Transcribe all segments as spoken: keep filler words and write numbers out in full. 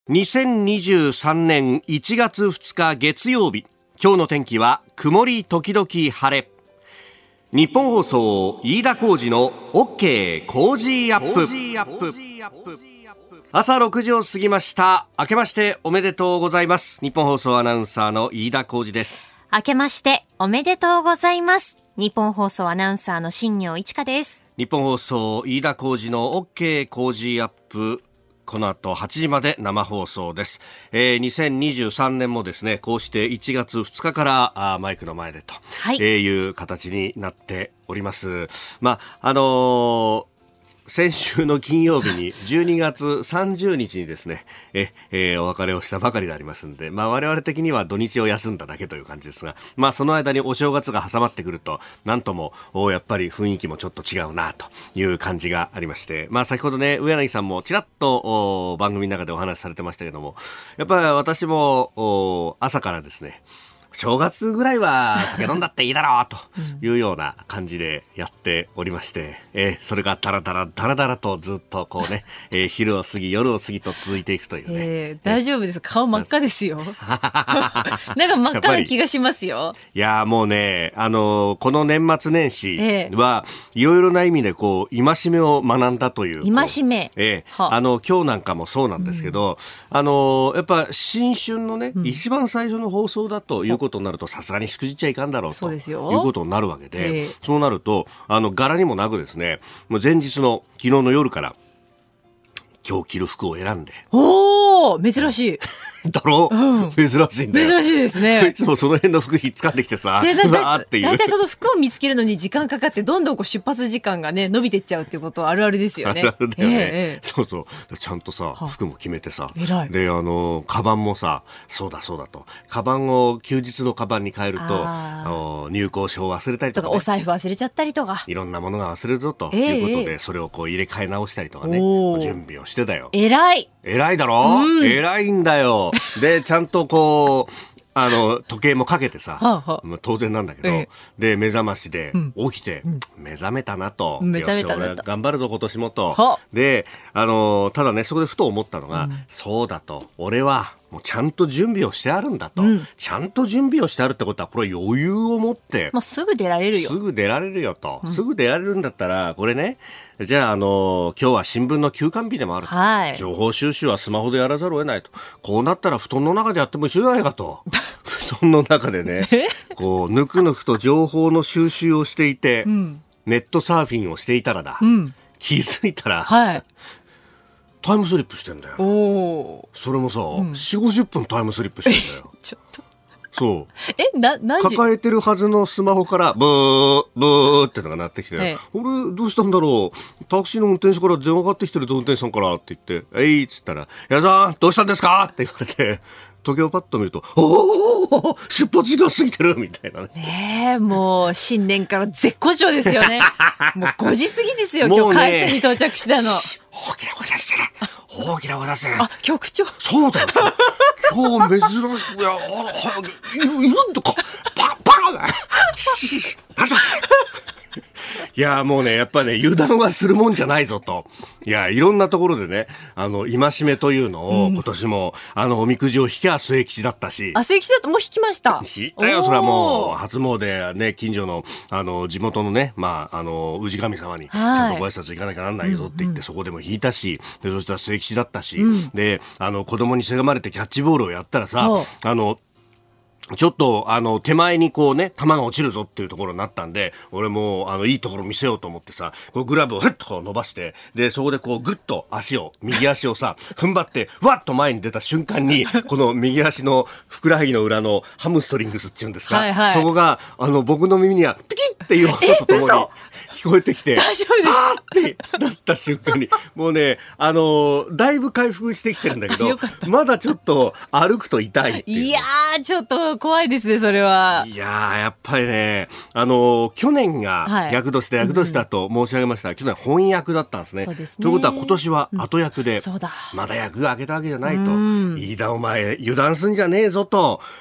にせんにじゅうさんねんいちがつふつか月曜日、今日の天気は曇り時々晴れ。日本放送飯田浩司の OK 工事アップ。朝ろくじを過ぎました。明けましておめでとうございます。日本放送アナウンサーの飯田浩司です。 明けましておめでとうございます。日本放送アナウンサーの新業一華です。 日本放送飯田浩司の OK 工事アップ、この後はちじまで生放送です。えー、にせんにじゅうさんねんもですね、こうしていちがつふつかからあマイクの前でと、はいえー、いう形になっております。まああのー先週の金曜日にじゅうにがつさんじゅうにちにですね、え、えー、お別れをしたばかりでありますので、まあ我々的には土日を休んだだけという感じですが、まあその間にお正月が挟まってくると、なんともやっぱり雰囲気もちょっと違うなという感じがありまして、まあ先ほどね、上柳さんもちらっと番組の中でお話しされてましたけども、やっぱり私も朝からですね、正月ぐらいは酒飲んだっていいだろうというような感じでやっておりまして、えー、それがダラダラダラダラとずっとこうね、えー、昼を過ぎ夜を過ぎと続いていくというね、 えー、大丈夫です。顔真っ赤ですよ。なんか真っ赤な気がしますよ。 いやもうね、あのー、この年末年始はいろいろな意味でこう戒めを学んだという。 戒め、 えー、あの今日なんかもそうなんですけど、うん、あのー、やっぱ新春のね、うん、一番最初の放送だということになると、さすがにしくじっちゃいかんだろうということになるわけで、そうそうなるとあの柄にもなくですね、もう前日の昨日の夜から今日着る服を選んで、 おー珍しいだろう、うん、珍しいんだよ。 珍しいですね。 いつもその辺の服ひっつかんできてさ、 だいたいその服を見つけるのに時間かかって、どんどんこう出発時間がね伸びてっちゃうっていうことはあるあるですよね。 あるあるだよね、 えー、 そうそうちゃんとさ服も決めてさ、 偉い。 であのカバンもさ、そうだそうだと、カバンを休日のカバンに変えるとあの入構証を忘れたりとか、ね、 とかお財布忘れちゃったりとか、 いろんなものが忘れるぞということで、えー、それをこう入れ替え直したりとかね、準備をしてだよ。 偉い偉いだろ、うん、偉いんだよ。でちゃんとこうあの時計もかけてさ、はあはあ、まあ、当然なんだけど、ええ、で目覚ましで起きて、うん、目覚めたなと、 目覚めたなと、 頑張るぞ今年もと、であのただね、そこでふと思ったのが、うん、そうだと、俺はもうちゃんと準備をしてあるんだと、うん、ちゃんと準備をしてあるってことは、これ余裕を持ってもうすぐ出られるよ、 すぐ出られるよと、うん、すぐ出られるんだったら、これね、じゃあ、あの今日は新聞の休刊日でもあると、はい、情報収集はスマホでやらざるを得ないと、こうなったら布団の中でやっても一緒じゃないかと布団の中でねこうぬくぬくと情報の収集をしていて、うん、ネットサーフィンをしていたらだ、うん、気づいたら、はい、タイムスリップしてんだよ。おそれもさ、うん、よんじゅうごじゅっぷんタイムスリップしてんだよ。ちょっとそうえな何時抱えてるはずのスマホからブーブーってのが鳴ってきて、ええ、俺どうしたんだろう、タクシーの運転手から電話かかってきてる運転手さんからって言って、えいっつったら、矢沢さんどうしたんですかって言われて、時計をパッと見ると、おお出発時間過ぎてるみたいな ね, ねえ、もう新年から絶好調ですよねもうごじ過ぎですよ、今日会社に到着したの。 大きな声出してね、大きな声出してね。 あ、局長。 そうだよ今日珍しく、いや、いるいるんだかババカなんだいやもうね、やっぱね、油断はするもんじゃないぞと。いや、いろんなところでね、あの戒めというのを、うん、今年もあのおみくじを引きゃ末吉だったし。 あ、末吉だともう引きました。 引いたよ。それはもう初詣ね、近所のあの地元のね、まああの氏神様にちゃんとご挨拶行かなきゃなんないぞって言って、うんうん、そこでも引いたし、でそしたら末吉だったし、うん、であの子供にせがまれてキャッチボールをやったらさ、あのちょっとあの手前にこうね、球が落ちるぞっていうところになったんで、俺もあのいいところ見せようと思ってさ、こうグラブをふっとこう伸ばして、でそこでこうグッと足を右足をさ踏ん張ってわっと前に出た瞬間に、この右足のふくらはぎの裏のハムストリングスっていうんですか、はいはい、そこがあの僕の耳にはピキッっていう音とともに聞こえてきて、 大丈夫ですあーってなった瞬間にもうね、あのー、だいぶ回復してきてるんだけどまだちょっと歩くと痛いっていう。 いやーちょっと怖いですね、それは。 いやーやっぱりね、あのー、去年が厄年で厄年だと申し上げました、はい、去年翻訳だったんですね。 そうですね。 ということは今年は後役で、うん、 そうだ、 まだ役が明けたわけじゃないと、飯田お前油断すんじゃねえぞと、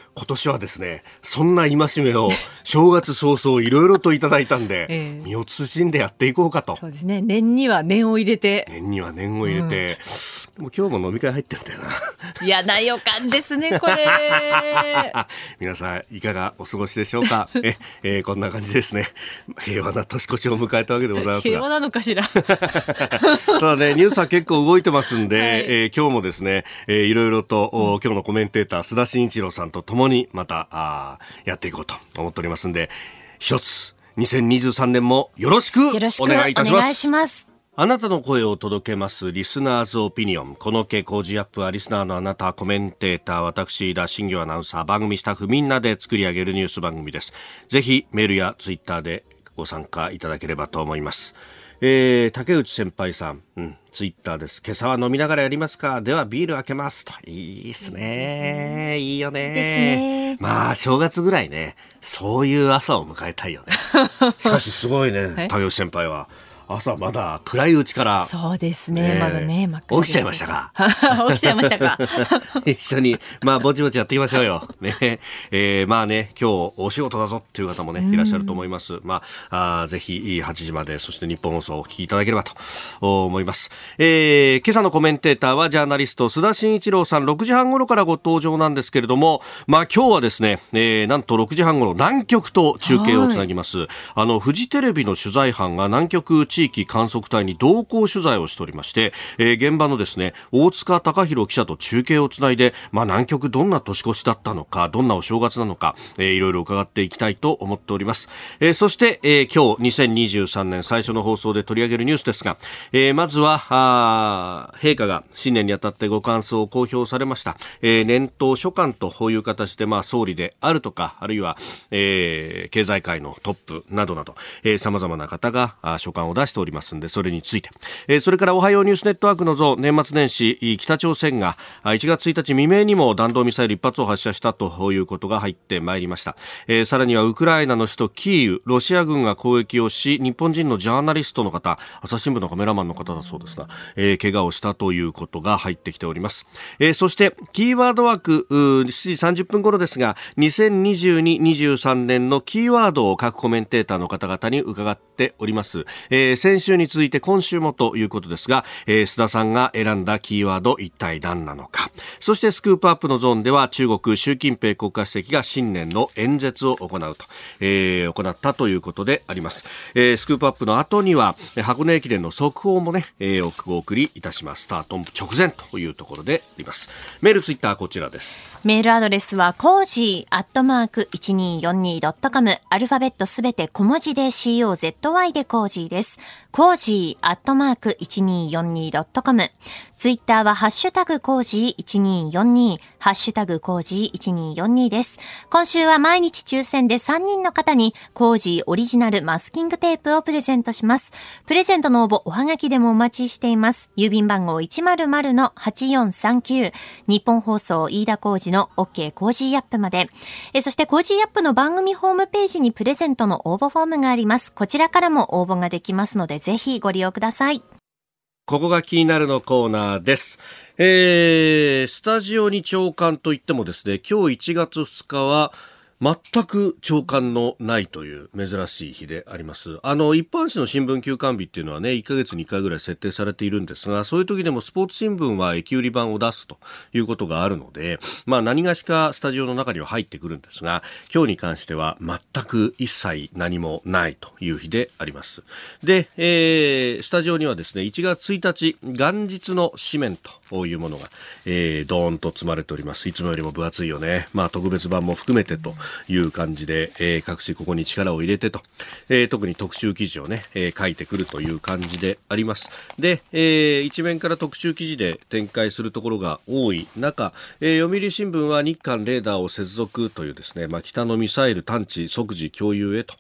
今年はですね、そんな戒めを正月早々いろいろといただいたんで、ええ、身を慎んでやっていこうかと。 そうですね。念には念を入れて。 念には念を入れて。うん、でも今日も飲み会入ってるんだよな。 嫌な予感ですね、これ。 皆さんいかがお過ごしでしょうか。え、えー、こんな感じですね。平和な年越しを迎えたわけでございますが。 平和なのかしら。 ただね、ニュースは結構動いてますんで、はい、えー、今日もですね、えー、いろいろと、うん、今日のコメンテーター須田慎一郎さんと共にまたあやっていこうと思っておりますんで、一つにせんにじゅうさんねんもよろしくお願いいたします。お願いします。あなたの声を届けますリスナーズオピニオン。この傾向 G アップはリスナーのあなた、コメンテーター、私田新行アナウンサー、番組スタッフみんなで作り上げるニュース番組です。ぜひメールやツイッターでご参加いただければと思います。えー、竹内先輩さん、うん、ツイッターです。今朝は飲みながらやりますか。ではビール開けますと。いいですね。いいよね。ですね。まあ正月ぐらいね、そういう朝を迎えたいよね。しかしすごいね、竹内先輩は。朝まだ暗いうちから。 そうですね、まだね、 真っ暗です。起きちゃいましたか。 起きちゃいましたか。 一緒に、まあ、ぼちぼちやっていきましょうよ。ね。えー、まあね、今日お仕事だぞっていう方もね、いらっしゃると思います。まあ、あぜひ、はちじまで、そして日本放送をお聞きいただければと思います。えー、今朝のコメンテーターはジャーナリスト、須田慎一郎さん、ろくじはん頃からご登場なんですけれども、まあ今日はですね、えー、なんとろくじはん頃、南極と中継をつなぎます。あの、フジテレビの取材班が南極地域観測隊に同行取材をしておりまして、えー、現場のですね大塚貴弘記者と中継をつないで、まあ、南極どんな年越しだったのか、どんなお正月なのか、えー、いろいろ伺っていきたいと思っております。えー、そして、えー、今日にせんにじゅうさんねん最初の放送で取り上げるニュースですが、えー、まずはあ陛下が新年にあたってご感想を公表されました。えー、年頭所感という形で、まあ、総理であるとか、あるいは、えー、経済界のトップなどなど、えー、様々な方が所感を出しておりますんで、それについて、えー、それからおはようニュースネットワークのぞ年末年始、北朝鮮がいちがつついたち未明にも弾道ミサイル一発を発射したということが入ってまいりました。えー、さらにはウクライナの首都キーウ、ロシア軍が攻撃をし、日本人のジャーナリストの方、朝日新聞のカメラマンの方だそうですが、えー、怪我をしたということが入ってきております。えー、そしてキーワードワークしちじさんじゅっぷん頃ですが、にせんにじゅうに、にじゅうさんねんのキーワードを各コメンテーターの方々に伺っております。えー、先週に続いて今週もということですが、えー、須田さんが選んだキーワード、一体何なのか。そしてスクープアップのゾーンでは、中国習近平国家主席が新年の演説を行うと、えー、行ったということであります。えー、スクープアップの後には箱根駅伝の速報もね、えー、お送りいたします。スタート直前というところであります。メールツイッターこちらです。 メールアドレスはコージーアットマーク いちにーよんにードットコム、 アルファベットすべて小文字で コーズ でコージーです。コージーアットマーク いちにーよんにードットコム、 ツイッターはハッシュタグコージーいちにーよんにー、ハッシュタグコージーいちにーよんにーです。今週は毎日抽選でさんにんの方にコージーオリジナルマスキングテープをプレゼントします。プレゼントの応募おはがきでもお待ちしています。郵便番号 いちまるまるのはちよんさんきゅう、日本放送飯田浩司の OK コージーアップまで。えそしてコージーアップの番組ホームページにプレゼントの応募フォームがあります。こちらからも応募ができますので、ぜひご利用ください。 ここが気になるのコーナーです。えー、スタジオに朝刊といってもですね、今日いちがつふつかは全く朝刊のないという珍しい日であります。あの一般紙の新聞休刊日っていうのはね、いっかげつにいっかいぐらい設定されているんですが、そういう時でもスポーツ新聞は駅売り版を出すということがあるので、まあ何がしかスタジオの中には入ってくるんですが、今日に関しては全く一切何もないという日であります。で、えー、スタジオにはですね、いちがつついたち元日の紙面というものが、えー、ドーンと積まれております。いつもよりも分厚いよね。まあ特別版も含めてという感じで、えー、各紙ここに力を入れてと、えー、特に特集記事をね、えー、書いてくるという感じであります。で、えー、一面から特集記事で展開するところが多い中、えー、読売新聞は日韓レーダーを接続というですね、まあ、北のミサイル探知即時共有へと、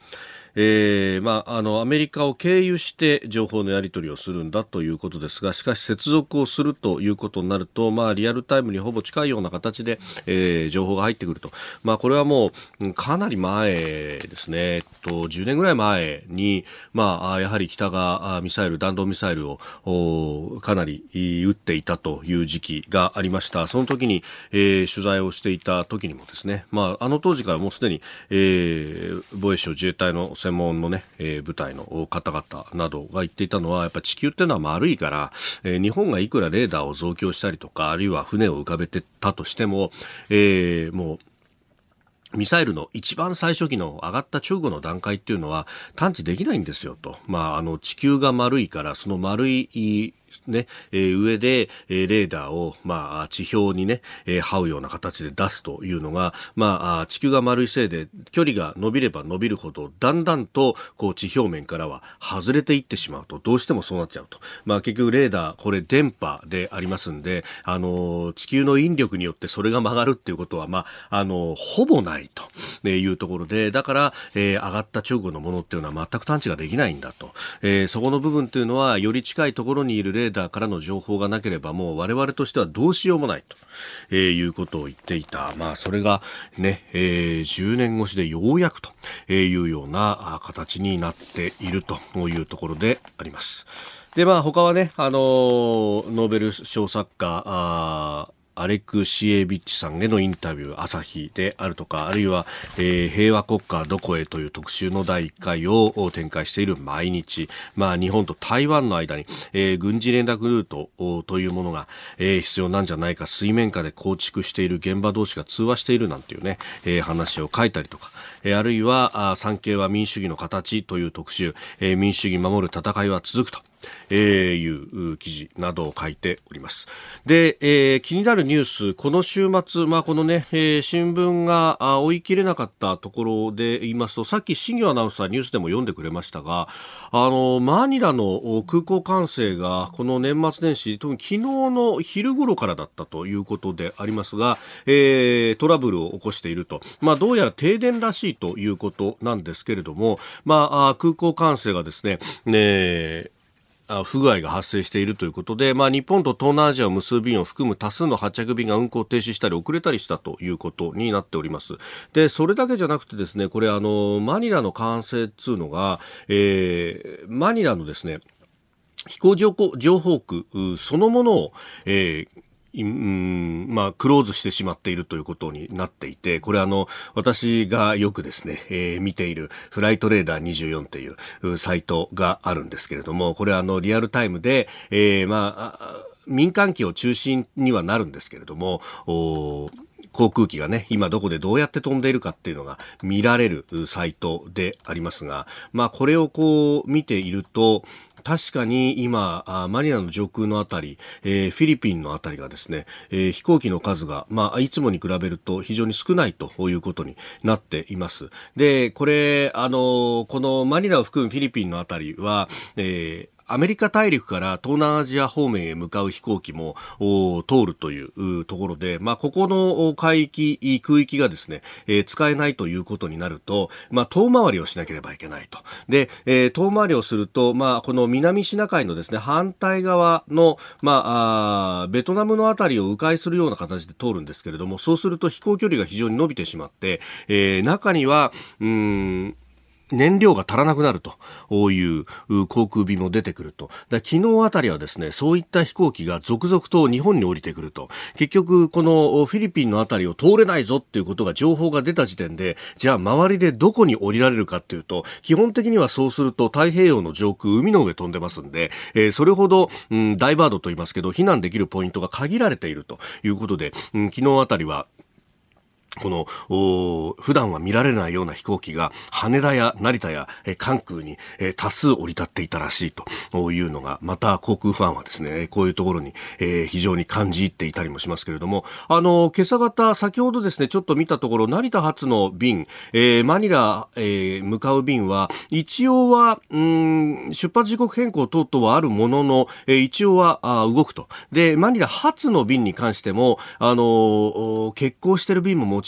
えーまあ、あのアメリカを経由して情報のやり取りをするんだということですが、しかし接続をするということになると、まあ、リアルタイムにほぼ近いような形で、えー、情報が入ってくると、まあ、これはもうかなり前ですね、えっと、じゅうねんぐらい前に、まあ、やはり北がミサイル弾道ミサイルをかなり撃っていたという時期がありました。その時に、えー、取材をしていた時にもですね、まあ、あの当時からもうすでに、えー、防衛省自衛隊の専門の、ねえー、部隊の方々などが言っていたのは、やっぱり地球っていうのは丸いから、えー、日本がいくらレーダーを増強したりとか、あるいは船を浮かべてたとしても、えー、もうミサイルの一番最初期の上がった直後の段階っていうのは探知できないんですよと。まあ、あの地球が丸いから、その丸いね、えー、上で、えー、レーダーを、まあ、地表にね、えー、這うような形で出すというのが、まあ、地球が丸いせいで距離が伸びれば伸びるほどだんだんとこう地表面からは外れていってしまうと、どうしてもそうなっちゃうと。まあ、結局レーダーこれ電波でありますんで、あの地球の引力によってそれが曲がるっていうことは、まあ、あのほぼないというところで、だから、えー、上がった直後のものっていうのは全く探知ができないんだと、えー、そこの部分というのはより近いところにいるレーダーからの情報がなければもう我々としてはどうしようもないと、えー、いうことを言っていた。まあそれがね、えー、じゅうねん越しでようやくというような形になっているというところであります。で、まあ他はね、あのー、ノーベル賞作家あアレクシエビッチさんへのインタビュー朝日であるとか、あるいは、えー、平和国家どこへという特集のだいいっかいを展開している毎日、まあ、日本と台湾の間に、えー、軍事連絡ルートというものが、えー、必要なんじゃないか、水面下で構築している現場同士が通話しているなんていうね、えー、話を書いたりとか、えー、あるいは産経は民主主義の形という特集、えー、民主主義守る戦いは続くとえー、いう記事などを書いております。で、えー、気になるニュース、この週末、まあ、このね、えー、新聞が追い切れなかったところで言いますと、さっき新業アナウンサーニュースでも読んでくれましたが、あのマニラの空港管制がこの年末年始、特に昨日の昼頃からだったということでありますが、えー、トラブルを起こしていると、まあ、どうやら停電らしいということなんですけれども、まあ、空港管制がですね、ね不具合が発生しているということで、まあ、日本と東南アジアを結ぶ便を含む多数の発着便が運航停止したり遅れたりしたということになっております。で、それだけじゃなくてですね、これあのマニラの管制っていうのが、えー、マニラのですね飛行情報、情報区そのものを、えーうんまあ、クローズしてしまっているということになっていて、これあの私がよくですね、えー、見ているフライトレーダーにじゅうよんというサイトがあるんですけれども、これあのリアルタイムで、えー、まあ民間機を中心にはなるんですけれども、航空機がね今どこでどうやって飛んでいるかっていうのが見られるサイトでありますが、まあこれをこう見ていると確かに今マニラの上空のあたり、えー、フィリピンのあたりがですね、えー、飛行機の数が、まあ、いつもに比べると非常に少ないということになっています。で、これあのこのマニラを含むフィリピンのあたりは、えーアメリカ大陸から東南アジア方面へ向かう飛行機も通るというところで、まあ、ここの海域、空域がですね、えー、使えないということになると、まあ、遠回りをしなければいけないと。で、えー、遠回りをすると、まあ、この南シナ海のですね、反対側の、まあ、あベトナムのあたりを迂回するような形で通るんですけれども、そうすると飛行距離が非常に伸びてしまって、えー、中には、うーん、燃料が足らなくなるという航空便も出てくると。だ昨日あたりはですね、そういった飛行機が続々と日本に降りてくると。結局このフィリピンのあたりを通れないぞっていうことが情報が出た時点で、じゃあ周りでどこに降りられるかっていうと、基本的にはそうすると太平洋の上空、海の上飛んでますんで、えー、それほど、うん、ダイバードと言いますけど、避難できるポイントが限られているということで、うん、昨日あたりはこの普段は見られないような飛行機が羽田や成田や関空に多数降り立っていたらしいというのが、また航空ファンはですね、こういうところに非常に感じ入っていたりもしますけれども、あの今朝方先ほどですねちょっと見たところ、成田発の便、えー、マニラ、えー、向かう便は一応はうん出発時刻変更等々はあるものの、えー、一応はあ動くと。でマニラ発の便に関してもあの欠航している便ももち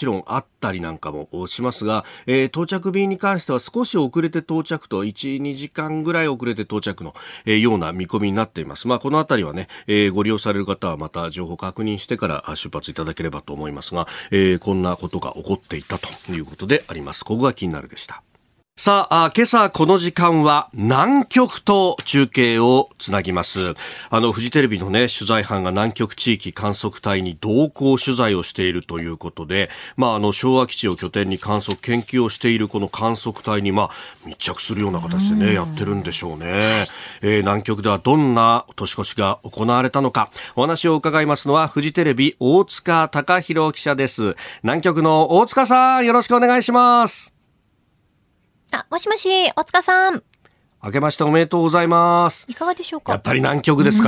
ちろんあったりなんかもしますが、えー、到着便に関しては少し遅れて到着といち、にじかんぐらい遅れて到着の、えー、ような見込みになっています。まあ、このあたりはね、えー、ご利用される方はまた情報確認してから出発いただければと思いますが、えー、こんなことが起こっていたということであります。ここが気になるでした。さあ、今朝この時間は南極と中継をつなぎます。あの、フジテレビのね、取材班が南極地域観測隊に同行取材をしているということで、まあ、あの、昭和基地を拠点に観測、研究をしているこの観測隊に、まあ、密着するような形でね、やってるんでしょうね。えー、南極ではどんな年越しが行われたのか、お話を伺いますのは、フジテレビ大塚貴弘記者です。南極の大塚さん、よろしくお願いします。 あ、もしもし、大塚さん。 明けましておめでとうございます。 いかがでしょうか。 やっぱり南極ですから、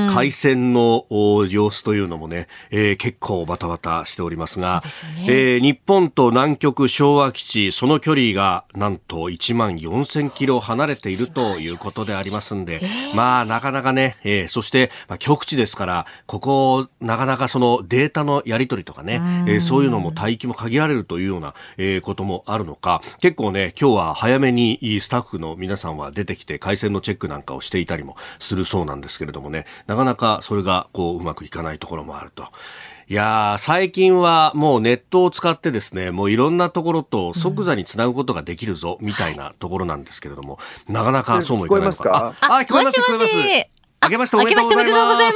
海鮮の様子というのもね、えー、結構バタバタしておりますが、 そうですよね。 えー、日本と南極昭和基地、その距離がなんといちまんよんせんキロ離れているということでありますんで、えー、まあなかなかね、えー、そして、まあ、極地ですから、ここなかなかそのデータのやり取りとかね、えー、そういうのも帯域も限られるというような、えー、こともあるのか、結構ね、今日は早めにスタッフの皆さんは出てきて回線のチェックなんかをしていたりもするそうなんですけれどもね、なかなかそれがこううまくいかないところもあると。いやー、最近はもうネットを使ってですね、もういろんなところと即座につなぐことができるぞ、みたいなところなんですけれども、なかなかそうもいかないのか。 聞こえますか？ あ、あ、聞こえます、聞こえます。明けましておめでとうございます。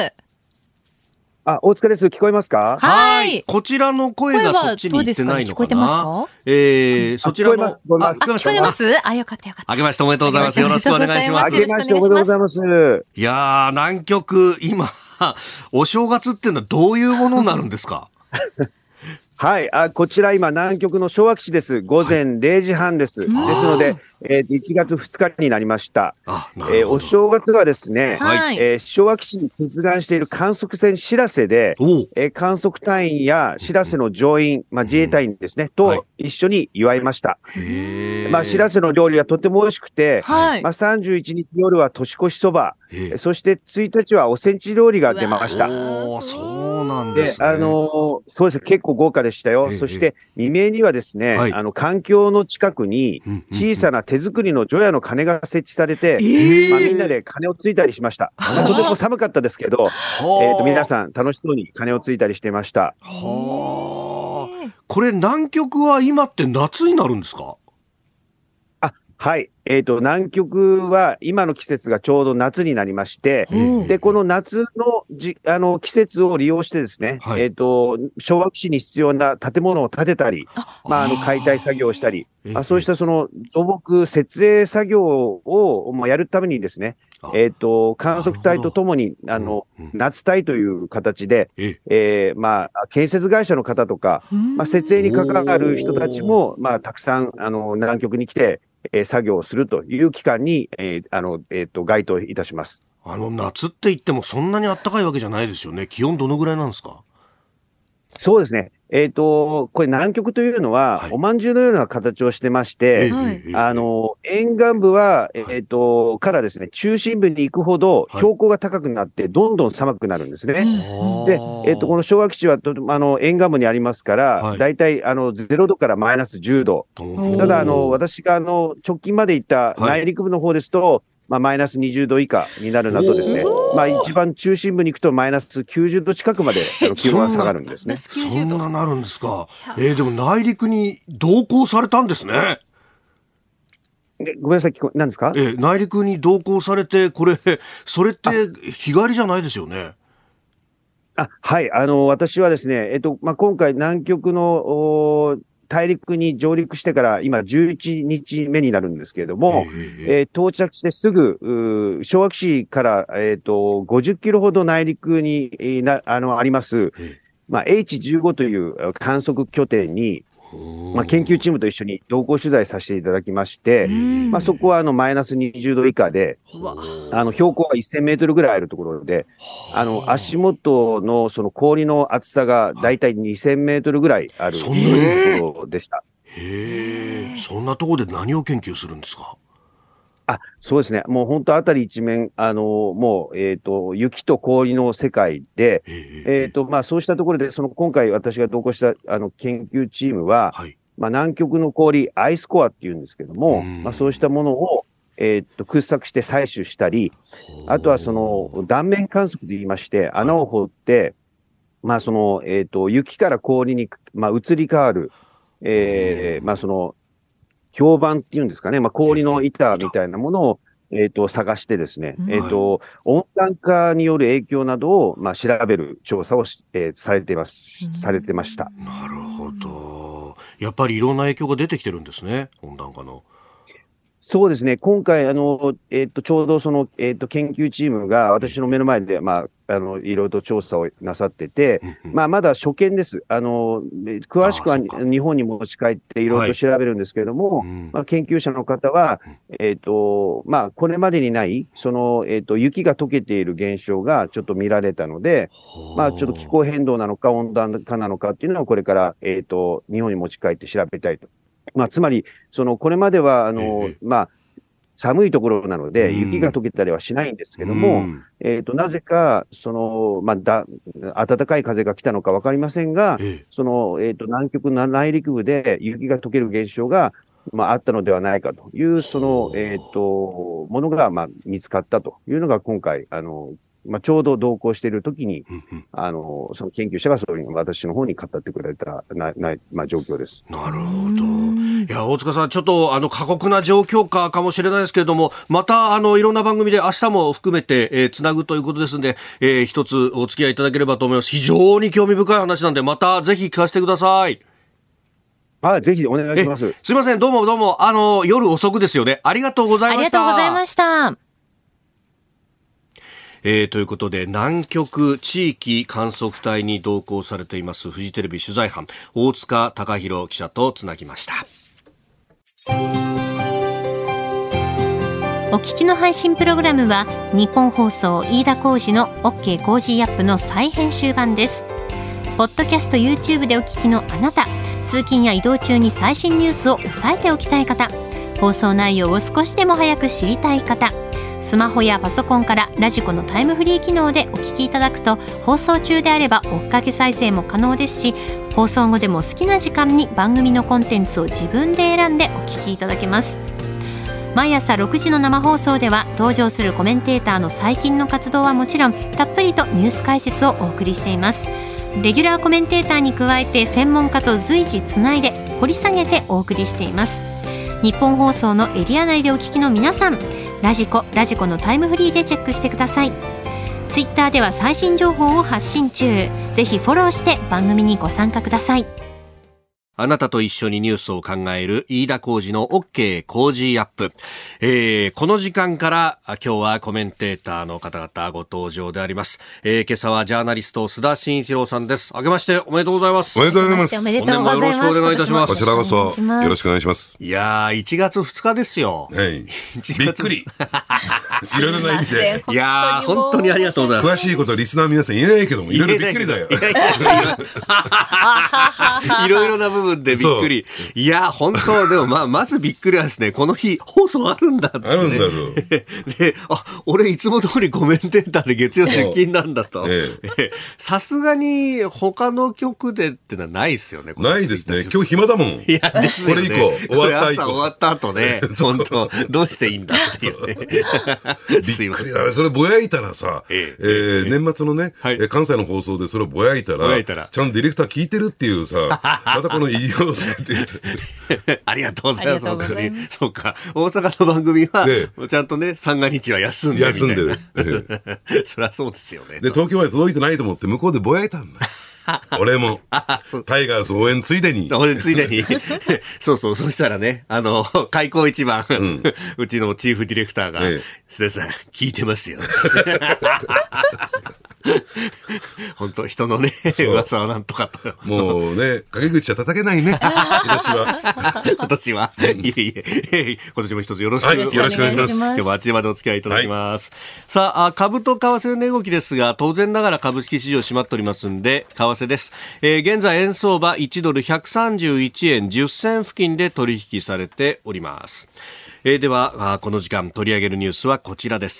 あ、大塚です。聞こえますか？ はい。こちらの声がそっちに行ってないのかな。聞こえてますか？えー、そちらの。 あ、聞こえますあ、よかったよかった。 明けましておめでとうございます。よろしくお願いします。 明けましておめでとうございます。 いやー、南極、今、お正月っていうのはどういうものになるんですか？ はい、あ、こちら今南極の昭和基地です。午前れいじはんです。はい、ですので、えー、いちがつふつかになりました。えー、お正月はですね、はい、えー、昭和基地に接岸している観測船しらせで、えー、観測隊員やしらせの乗員、まあ、自衛隊員ですね、と一緒に祝いました。まあ、しらせの料理はとても美味しくて、はい、まあ、さんじゅういちにち夜は年越しそば、そしてついたちはおせんち料理が出ました。 おー、そうなんですね。 で、あのー、そうですね、結構豪華でしたよ。そして未明にはですね、はい、あの環境の近くに小さな手作りの除夜の鐘が設置されて、えーまあ、みんなで鐘をついたりしました。とても寒かったですけど、えーと、皆さん楽しそうに鐘をついたりしてました。 はあ。これ南極は今って夏になるんですか？ あ、はい。えっと、南極は今の季節がちょうど夏になりまして、で、この夏のじ、あの、季節を利用してですね、はい、えっと、昭和基地に必要な建物を建てたり、まあ、あの、解体作業をしたり、まあ、そうしたその土木設営作業を、まあ、やるためにですね、えっと、観測隊とともに、あの、夏隊という形で、えー、まあ、建設会社の方とか、まあ、設営に関わる人たちも、まあ、たくさん、あの、南極に来て、えー、作業をするという期間に、えー、あの、えっと、該当いたします。 あの、夏って言ってもそんなに暖かいわけじゃないですよね。気温どのぐらいなんですか？ そうですね。えっと、これ南極というのは、はい、お饅頭のような形をしてまして、はい、あの、沿岸部は、えっと、からですね、中心部に行くほど標高が高くなって、どんどん寒くなるんですね。はい、で、えっと、この昭和基地は、あの、沿岸部にありますから、だいたい、あの、ゼロどからマイナスじゅうど。ただ、あの、私が、あの、直近まで行った内陸部の方ですと、はい、まあ、マイナスにじゅうど以下になるなどですね、まあ、一番中心部に行くとマイナスきゅうじゅうど近くまであの気温が下がるんですね。 そんななるんですか。えー、でも内陸に同行されたんですね。 ごめんなさい、何ですか？ えー、内陸に同行されて、これ、それって日帰りじゃないですよね。 あ、はい、あの、私はですね、えっと、まあ、今回南極の、大陸に上陸してから今じゅういちにちめになるんですけれども、えー、到着してすぐ、昭和基地から、えっと、ごじゅっキロほど内陸にな、あの、あります、まあ、エイチじゅうご という観測拠点に、まあ、研究チームと一緒に同行取材させていただきまして、まあ、そこはあのマイナスにじゅうど以下で、あの標高がせんメートルぐらいあるところで、あの足元のその氷の厚さがだいたいにせんメートルぐらいあるところでした。 へえ、そんなところで何を研究するんですか？ あ、そうですね。もう本当あたり一面、あの、もう、えっと、雪と氷の世界で、えっと、まあ、そうしたところで、その、今回私が同行した、あの、研究チームは、はい、まあ、南極の氷、アイスコアっていうんですけども、まあ、そうしたものを、えっと、掘削して採取したり、あとはその、断面観測と言いまして、穴を掘って、はい、まあ、その、えっと、雪から氷に、まあ、移り変わる、えー、まあ、その、氷板っていうんですかね、まあ、氷の板みたいなものを、えっと、探してですね、えっと、温暖化による影響などを、まあ、調べる調査をし、えー、されています、されてました。 なるほど。やっぱりいろんな影響が出てきてるんですね、温暖化の。 そうですね。今回、あの、えっと、ちょうどその、えっと、研究チームが私の目の前で、まあ、あの、いろいろと調査をなさってて、まあ、まだ初見です。あの、詳しくは日本に持ち帰っていろいろと調べるんですけれども、はい、まあ、研究者の方は、えっと、まあ、これまでにない、その、えっと、雪が溶けている現象がちょっと見られたので、まあ、ちょっと気候変動なのか温暖化なのかっていうのをこれから、えっと、日本に持ち帰って調べたいと。まあ、つまり、その、これまでは、あの、まあ、寒いところなので、雪が溶けたりはしないんですけども、うん、えっと、なぜか、その、まあ、だ、暖かい風が来たのかわかりませんが、ええ、その、えっと、南極の内陸部で雪が溶ける現象が、まあ、あったのではないかという、その、えっと、ものが、まあ、見つかったというのが今回、あの、まあ、ちょうど同行しているときに、うんうん、あの、その研究者がそういう私の方に語ってくれたな、な、まあ、状況です。 なるほど。いや、大塚さん、ちょっと、あの、過酷な状況下かもしれないですけれども、また、あの、いろんな番組で明日も含めて、えー、つなぐということですので、えー、一つお付き合いいただければと思います。非常に興味深い話なんで、またぜひ聞かせてください。 はい、ぜひお願いします。 すいません、どうもどうも、あの、夜遅くですよね。ありがとうございました。 ありがとうございました。 えー、ということで南極地域観測隊に同行されていますフジテレビ取材班大塚貴弘記者とつなぎました。 お聞きの配信プログラムは日本放送飯田浩司の OK コージーアップの再編集版です。ポッドキャスト YouTube でお聞きのあなた、通勤や移動中に最新ニュースを押さえておきたい方、放送内容を少しでも早く知りたい方、スマホやパソコンからラジコのタイムフリー機能でお聞きいただくと、放送中であれば追っかけ再生も可能ですし、放送後でも好きな時間に番組のコンテンツを自分で選んでお聞きいただけます。毎朝ろくじの生放送では登場するコメンテーターの最近の活動はもちろん、たっぷりとニュース解説をお送りしています。レギュラーコメンテーターに加えて専門家と随時つないで掘り下げてお送りしています。日本放送のエリア内でお聞きの皆さん、ラジコ、ラジコのタイムフリーでチェックしてください。ツイッターでは最新情報を発信中。ぜひフォローして番組にご参加ください。 あなたと一緒にニュースを考える飯田浩司の OK 工事アップ、えー、この時間から今日はコメンテーターの方々ご登場であります、えー、今朝はジャーナリスト須田慎一郎さんです。明けましておめでとうございます。 おめでとうございます。 おめでとうございます。 本年もよろしくお願いいたします。 こちらこそよろしくお願いします。 いやーいちがつふつかですよ。 はい、びっくりいろいろな意味でいやー本当にありがとうございます。 詳しいことリスナー皆さん言えないけどもいろいろびっくりだよ。 いろいろな部分でびっくり。いや本当でもまあまずびっくりはですね、この日放送あるんだって、ね、 あるんだろうで、あ俺いつも通りコメンテーターで月曜出勤なんだと、さすがに他の局でってのはないですよね。 ないですね。今日暇だもん。いやですよね、これ以降終わった以降朝終わった後ね本当どうしていいんだっていうねびっくりだね。それぼやいたらさ、えーえー、年末のね、はい、関西の放送でそれをぼやいたら、ぼやいたらちゃんとディレクター聞いてるっていうさまたこの異様さってありがとうございます。本当にそうか、大阪の番組はちゃんとね三が日は休んでみたいな、休んでるそりゃそうですよね。 で東京まで届いてないと思って向こうでぼやいたんだ俺もタイガース応援ついでに応援ついでにそうそう、そしたらね、あの開口一番、うん、うちのチーフディレクターが、ええ、須田さん聞いてますよ本当人のね噂はなんとかともうね陰口は叩けないね今年は今年はいえいえ今年も一つよろしく、はい、よろしくお願いします。 今日もあっちまでお付き合いいただきます、はい、さあ株と為替の値動きですが、当然ながら株式市場閉まっておりますんで為替です、えー、現在円相場いちドルひゃくさんじゅういちえんじゅっせん付近で取引されております。 えー、ではこの時間取り上げるニュースはこちらです。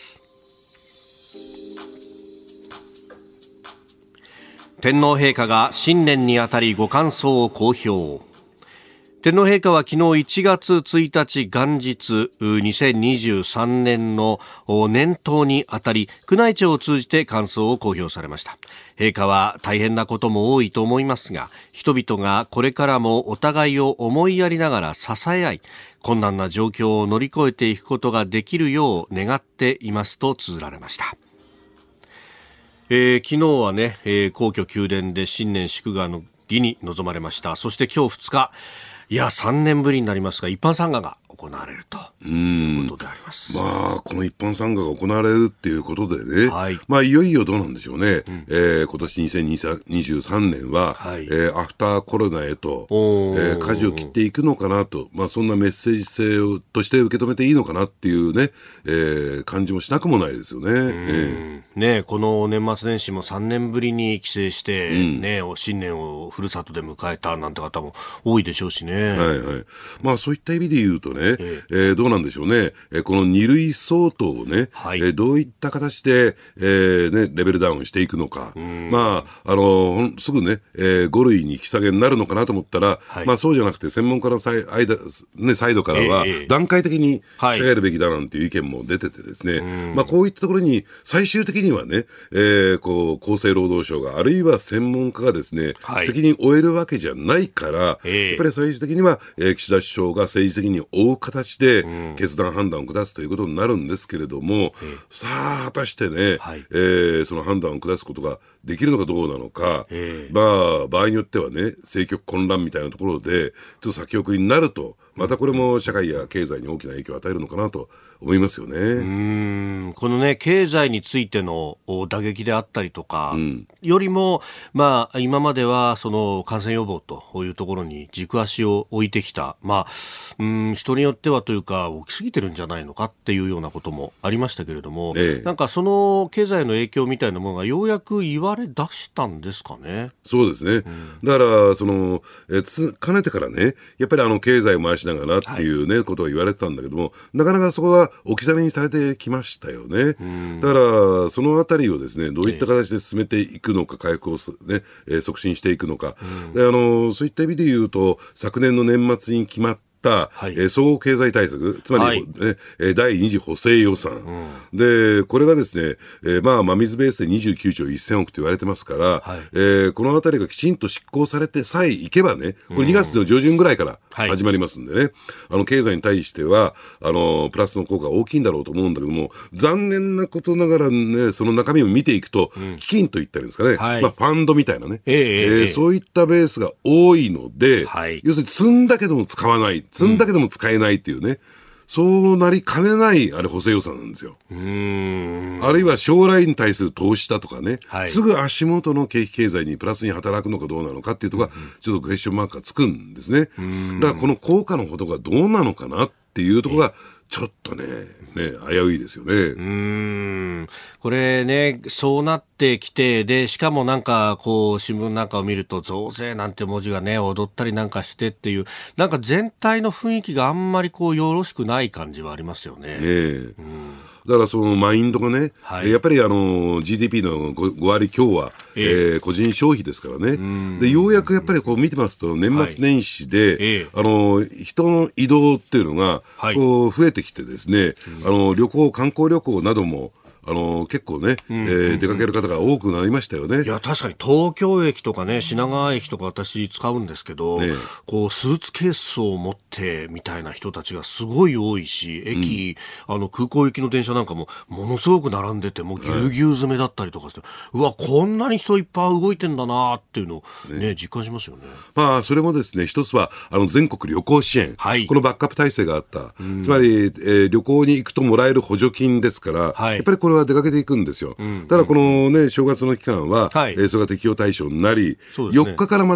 天皇陛下が新年にあたりご感想を公表。天皇陛下は昨日いちがつついたち元日にせんにじゅうさんねんの年頭にあたり宮内庁を通じて感想を公表されました。陛下は大変なことも多いと思いますが、人々がこれからもお互いを思いやりながら支え合い、困難な状況を乗り越えていくことができるよう願っていますと綴られました。えー、昨日はね、えー、皇居宮殿で新年祝賀の儀に臨まれました。そして今日ふつか、いやさんねんぶりになりますが一般参賀が行われるということであります。 まあこの一般参賀が行われるっていうことでね、はい、まあいよいよどうなんでしょうね、うん、えー、今年にせんにじゅうさんねんは、はい、えー、アフターコロナへと、えー、舵を切っていくのかなと、まあそんなメッセージ性をとして受け止めていいのかなっていうね、えー、感じもしなくもないですよね。えー、ね、この年末年始もさんねんぶりに帰省して、うんね、新年をふるさとで迎えたなんて方も多いでしょうしね。はいはい、 まあそういった意味で言うとね、えーえー、どうなんでしょうね、えー、このに類相当をね、はい、えー、どういった形で、えーね、レベルダウンしていくのか、まああのー、すぐね、えー、ご類に引き下げになるのかなと思ったら、はい、まあそうじゃなくて専門家のサイ、間、ね、サイドからは段階的に引き下げるべきだなんていう意見も出ててですね、はい、まあこういったところに最終的にはね、えー、こう厚生労働省があるいは専門家がですね、はい、責任を負えるわけじゃないから、やっぱり最終的には、えー、岸田首相が政治責任を負う形で決断判断を下すということになるんですけれども、うん、さあ果たしてね、はい、えー、その判断を下すことができるのかどうなのか、まあ場合によってはね政局混乱みたいなところでちょっと先送りになると、またこれも社会や経済に大きな影響を与えるのかなと思いますよね。うーん、このね経済についての打撃であったりとか、うん、よりも、まあ、今まではその感染予防というところに軸足を置いてきた、まあ、うん、人によってはというか大きすぎてるんじゃないのかっていうようなこともありましたけれども、ええ、なんかその経済の影響みたいなものがようやく言われ出したんですかね。 そうですね、うん、だからそのえつかねてからねやっぱりあの経済を回しながらっていうね、はい、ことを言われてたんだけども、なかなかそこは置き去りにされてきましたよね。だからそのあたりをですねどういった形で進めていくのか、回復を、ね、えー、促進していくのか、であのそういった意味で言うと昨年の年末に決まったはい、えー、総合経済対策、つまり、はい、ね、えー、第二次補正予算、うん、でこれがですね、えー、まあ真水ベースでにじゅうきゅうちょうせんおくと言われてますから、はい、えー、このあたりがきちんと執行されてさえいけばね、これにがつの上旬ぐらいから始まりますんでね、はい、あの経済に対してはあのプラスの効果が大きいんだろうと思うんだけども、残念なことながらねその中身を見ていくと、うん、基金といったらいいんですかね、はい、まあ、ファンドみたいなね、えーえー、そういったベースが多いので、はい、要するに積んだけども使わない、積んだけども使えないっていうね、うん、そうなりかねないあれ補正予算なんですよ。うーん、あるいは将来に対する投資だとかね、はい、すぐ足元の景気経済にプラスに働くのかどうなのかっていうところが、うん、ちょっとクエスチョンマークがつくんですね。だからこの効果のほどがどうなのかなっていうところがちょっとね、ね、危ういですよね。うーん、これね、そうなってきて、で、しかもなんか、こう、新聞なんかを見ると、増税なんて文字がね、踊ったりなんかしてっていう、なんか全体の雰囲気があんまりこう、よろしくない感じはありますよね。ねえ。うん、 だからそのマインドがね、はい、やっぱりあの ジーディーピー の 5, ご割強は、えーえー、個人消費ですからね。でようやくやっぱりこう見てますと年末年始で、はい、えー、あの人の移動っていうのがこう増えてきてですね、はい、あの旅行観光旅行などもあの結構ね、うんうんうん、えー、出かける方が多くなりましたよね。 いや確かに東京駅とかね品川駅とか私使うんですけど、ね、こうスーツケースを持ってみたいな人たちがすごい多いし、駅、うん、あの空港行きの電車なんかもものすごく並んでてもうぎゅうぎゅう詰めだったりとかして、はい、うわこんなに人いっぱい動いてんだなっていうのを、ねね、実感しますよね。 まあそれもですね一つはあの全国旅行支援、はい、このバックアップ体制があった、うん、つまり、えー、旅行に行くともらえる補助金ですから、はい、やっぱりこれは出かけていくんですよ。うんうん、ただこのね正月の期間は、はい、えー、それが適用対象になり、ね、よっかからまた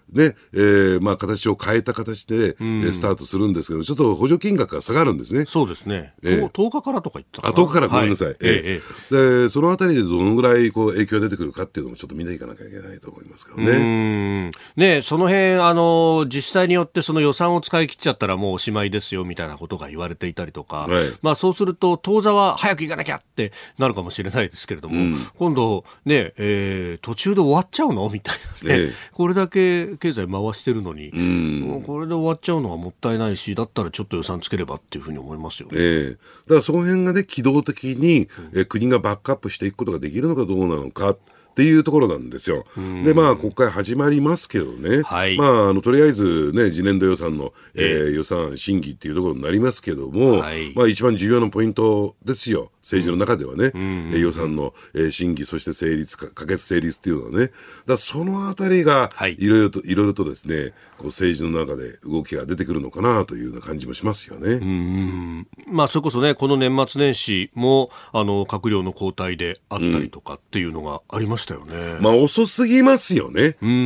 ね、えー、まあ形を変えた形で、うん、スタートするんですけど、ちょっと補助金額が下がるんですね。 そうですね。えー、とおかからとか言ったかな。 あ、とおかからごめんなさい。はい、えー、えー、で、そのあたりでどのぐらいこう影響が出てくるかっていうのもちょっと見ていかなきゃいけないと思いますからね。 うんね、その辺、あの、自治体によってその予算を使い切っちゃったらもうおしまいですよみたいなことが言われていたりとか、はい、まあそうすると当座は早く行かなきゃってなるかもしれないですけれども、うん、今度ね、えー、途中で終わっちゃうのみたいなね、ええ、これだけ経済回してるのに、うん、これで終わっちゃうのはもったいないし、だったらちょっと予算つければっていうふうに思いますよね。 ええ、だからその辺がね、機動的に、うん、え国がバックアップしていくことができるのかどうなのかっていうところなんですよ。で、まあ国会始まりますけどね、はい、まああのとりあえずね、次年度予算の、えー、予算審議っていうところになりますけども、はい、まあ一番重要なポイントですよ。政治の中ではね、うん、予算の、えー、審議、そして成立か、可決成立っていうのはね、だからそのあたりがいろいろと、はい、いろいろとですね、こう政治の中で動きが出てくるのかなというような感じもしますよね。 うん、まあそれこそね、この年末年始もあの閣僚の交代であったりとかっていうのがありましたよね。 うん、まあ遅すぎますよね。 うん。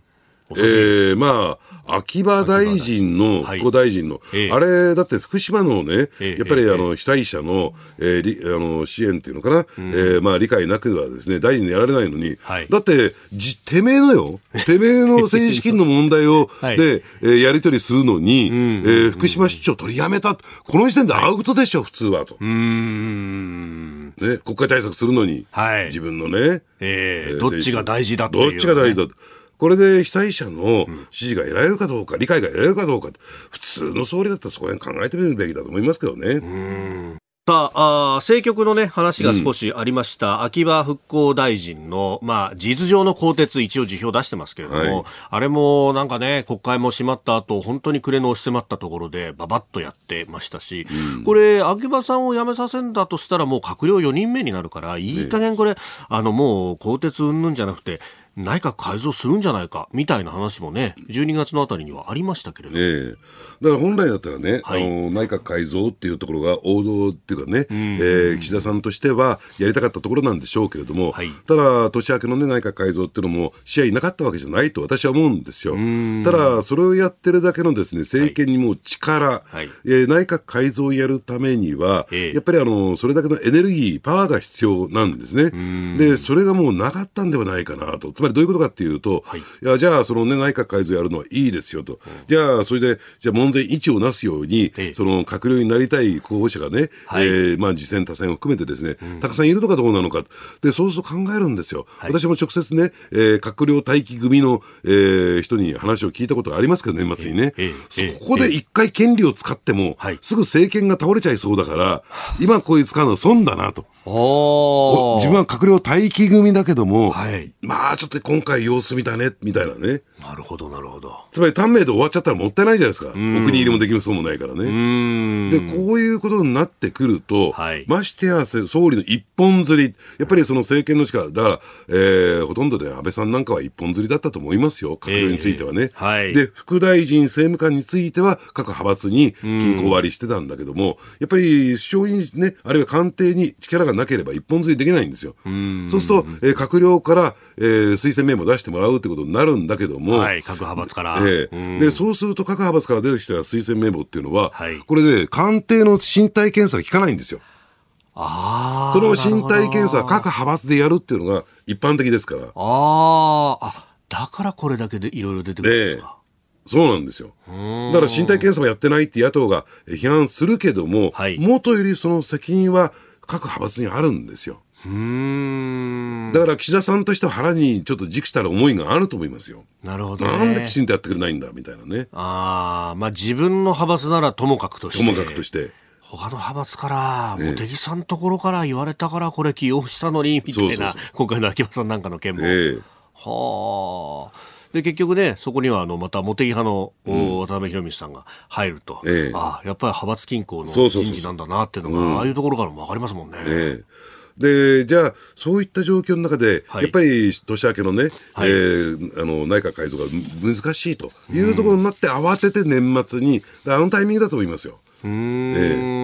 えー、まあ秋葉大臣の復興大臣の、はい、あれだって福島のね、えー、やっぱりあの被災者の、えー、あの支援っていうのかな、うん、えー、まあ理解なくはですね大臣でやられないのに、はい、だってじてめえのよてめえの政治資金の問題を、はい、で、えー、やり取りするのに、うん、えー、福島市長取りやめた、この時点でアウトでしょ、はい、普通はと、うーん、ね、国会対策するのに、はい、自分のね、 えーえー、どっちが大事だっていう、ね、 どっちが大事だと、これで被災者の支持が得られるかどうか、うん、理解が得られるかどうか、普通の総理だったらそこら辺考えてみるべきだと思いますけどね。うん、さあ、あ政局のね話が少しありました、うん、秋葉復興大臣の、まあ、事実上の更迭、一応辞表を出してますけれども、はい、あれもなんかね、国会も閉まった後、本当に暮れの押し迫ったところでババッとやってましたし、うん、これ秋葉さんを辞めさせるんだとしたらもう閣僚よにんめになるから、いい加減これ、ね、あのもう更迭云々じゃなくて内閣改造するんじゃないかみたいな話もね、じゅうにがつのあたりにはありましたけれども、 ね、だから本来だったらね、はい、あの内閣改造っていうところが王道っていうかね、えー、岸田さんとしてはやりたかったところなんでしょうけれども、はい、ただ年明けの、ね、内閣改造っていうのも視野になかったわけじゃないと私は思うんですよ。ただそれをやってるだけのですね、政権にもう力、はい、えー、内閣改造をやるためには、えー、やっぱりあのそれだけのエネルギーパワーが必要なんですね。でそれがもうなかったんではないかなと。つまりどういうことかっていうと、はい、いやじゃあその、ね、内閣改造やるのはいいですよと、うん、じゃあそれでじゃあ門前一をなすように、ええ、その閣僚になりたい候補者がね、はい、えーまあ、次戦他戦を含めてですね、うん、たくさんいるのかどうなのかで、そうすると考えるんですよ、はい、私も直接ね、えー、閣僚待機組の、えー、人に話を聞いたことがありますけど、年末にね、ええ、そこで一回権利を使っても、ええ、すぐ政権が倒れちゃいそうだから、今こういう使うのは損だなと。お自分は閣僚待機組だけども、はい、まあちょっと今回様子見だねみたいなね。 なるほどなるほど。 つまり短命で終わっちゃったらもったいないじゃないですか。お国入りもできるそうもないからね。うーんでこういうことになってくると、はい、ましてや総理の一本釣り、やっぱりその政権の力だから、えー、ほとんどで安倍さんなんかは一本釣りだったと思いますよ、閣僚についてはね、えーはい、で副大臣政務官については各派閥に金庫割りしてたんだけども、やっぱり首相にね、あるいは官邸に力がなければ一本釣りできないんですよ。うそうすると、えー、閣僚から、えー、推薦名簿を出してもらうってことになるんだけども、 はい、各派閥から、 えー、でそうすると各派閥から出てきた推薦名簿っていうのは、はい、これね、官邸の身体検査が効かないんですよ。あその身体検査は各派閥でやるっていうのが一般的ですから。 ああ、だからこれだけでいろいろ出てくるんですか。 そうなんですよ。だから身体検査もやってないって野党が批判するけども、はい、元よりその責任は各派閥にあるんですよ。うーんだから岸田さんとしては腹にちょっと直したる思いがあると思いますよ。 なるほどね。 なんできちんとやってくれないんだみたいなね。 あ、まあ自分の派閥ならともかくとしてともかくとして他の派閥から茂木さんのところから言われたからこれ起用したのにみたいな、そうそうそう、今回の秋葉さんなんかの件も、えー、はあ。で結局ね、そこにはあのまた茂木派の、うん、渡辺博道さんが入ると、えー、ああやっぱり派閥均衡の人事なんだなっていうのが、そうそうそうそう、ああいうところからも分かりますもんね。えーでじゃあそういった状況の中で、はい、やっぱり年明けのね、はい、えー、あの内閣改造が難しいというところになって、うん、慌てて年末にあのタイミングだと思いますよ。うーん、えー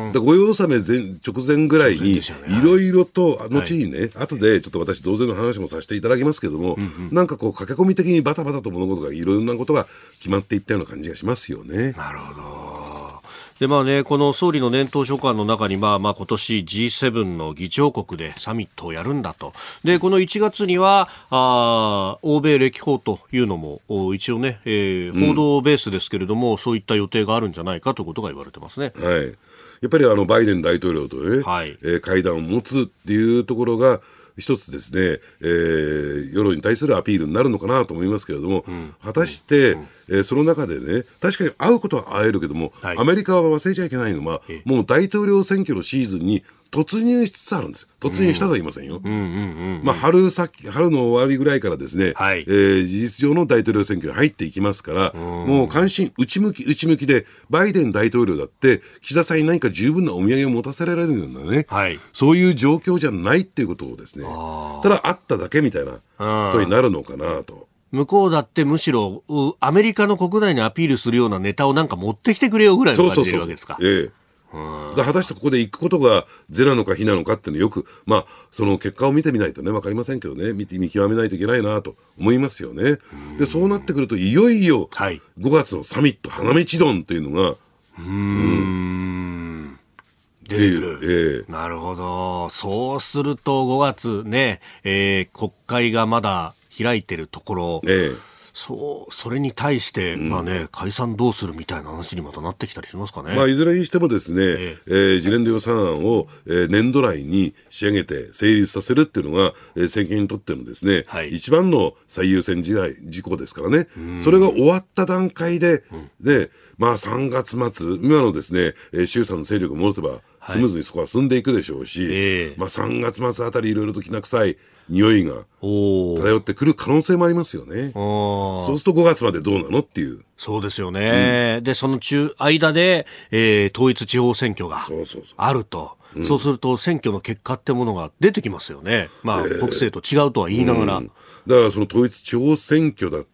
で御用納め前直前ぐらいにいろいろと後にね、はい、後でちょっと私同然の話もさせていただきますけども、うんうん、なんかこう駆け込み的にバタバタと物事がいろんなことが決まっていったような感じがしますよね。 なるほど。でまあね、この総理の年頭書簡の中に、まあ、まあ今年 ジーセブン の議長国でサミットをやるんだと。でこのいちがつにはあ欧米歴訪というのも一応ね、えー、報道ベースですけれども、うん、そういった予定があるんじゃないかということが言われてますね。 はい、やっぱりあのバイデン大統領とね、はい、えー、会談を持つっていうところが一つですね、えー、世論に対するアピールになるのかなと思いますけれども、うん、果たして、うん、えー、その中でね、確かに会うことは会えるけども、はい、アメリカは忘れちゃいけないのは、もう大統領選挙のシーズンに突入しつつあるんです。突入したとは言いませんよ。まあ、春先、春の終わりぐらいからですね、はい、えー、事実上の大統領選挙に入っていきますから、もう関心、内向き、内向きで、バイデン大統領だって、岸田さんに何か十分なお土産を持たせられるようなね、はい、そういう状況じゃないっていうことをですね、ただ会っただけみたいなことになるのかなと。 向こうだってむしろアメリカの国内にアピールするようなネタをなんか持ってきてくれよぐらいの感じでいるわけですか。 そうそうそう、ええ、だ果たしてここで行くことが是なのか非なのかっていうのをよく、まあ、その結果を見てみないとね分かりませんけどね、見て見極めないといけないなと思いますよね。でそうなってくるといよいよごがつのサミット花道論っていうのが、うーん、 うん出てくる、えー、なるほど。そうするとごがつね、えー、国会がまだ開いてるところ、えーそう、それに対して、うん、まあね、解散どうするみたいな話にまたなってきたりしますかね。 まあ、いずれにしてもですね、えーえー、次年度予算案を、えー、年度内に仕上げて成立させるっていうのが、えー、政権にとってのですね、はい、一番の最優先事態事項ですからね。それが終わった段階で、うん、で、まあさんがつ末、今のですね、えー、衆参の勢力が戻せば、スムーズにそこは進んでいくでしょうし、はい、えー、まあさんがつ末あたりいろいろときな臭い匂いが漂ってくる可能性もありますよね。そうするとごがつまでどうなのっていう。 そうですよね。うん、で、その中、間で、えー、統一地方選挙があると。そうそうそう、うん、そうすると選挙の結果ってものが出てきますよね。まあ、えー、国政と違うとは言いながら。うん、 だからその統一地方選挙だって、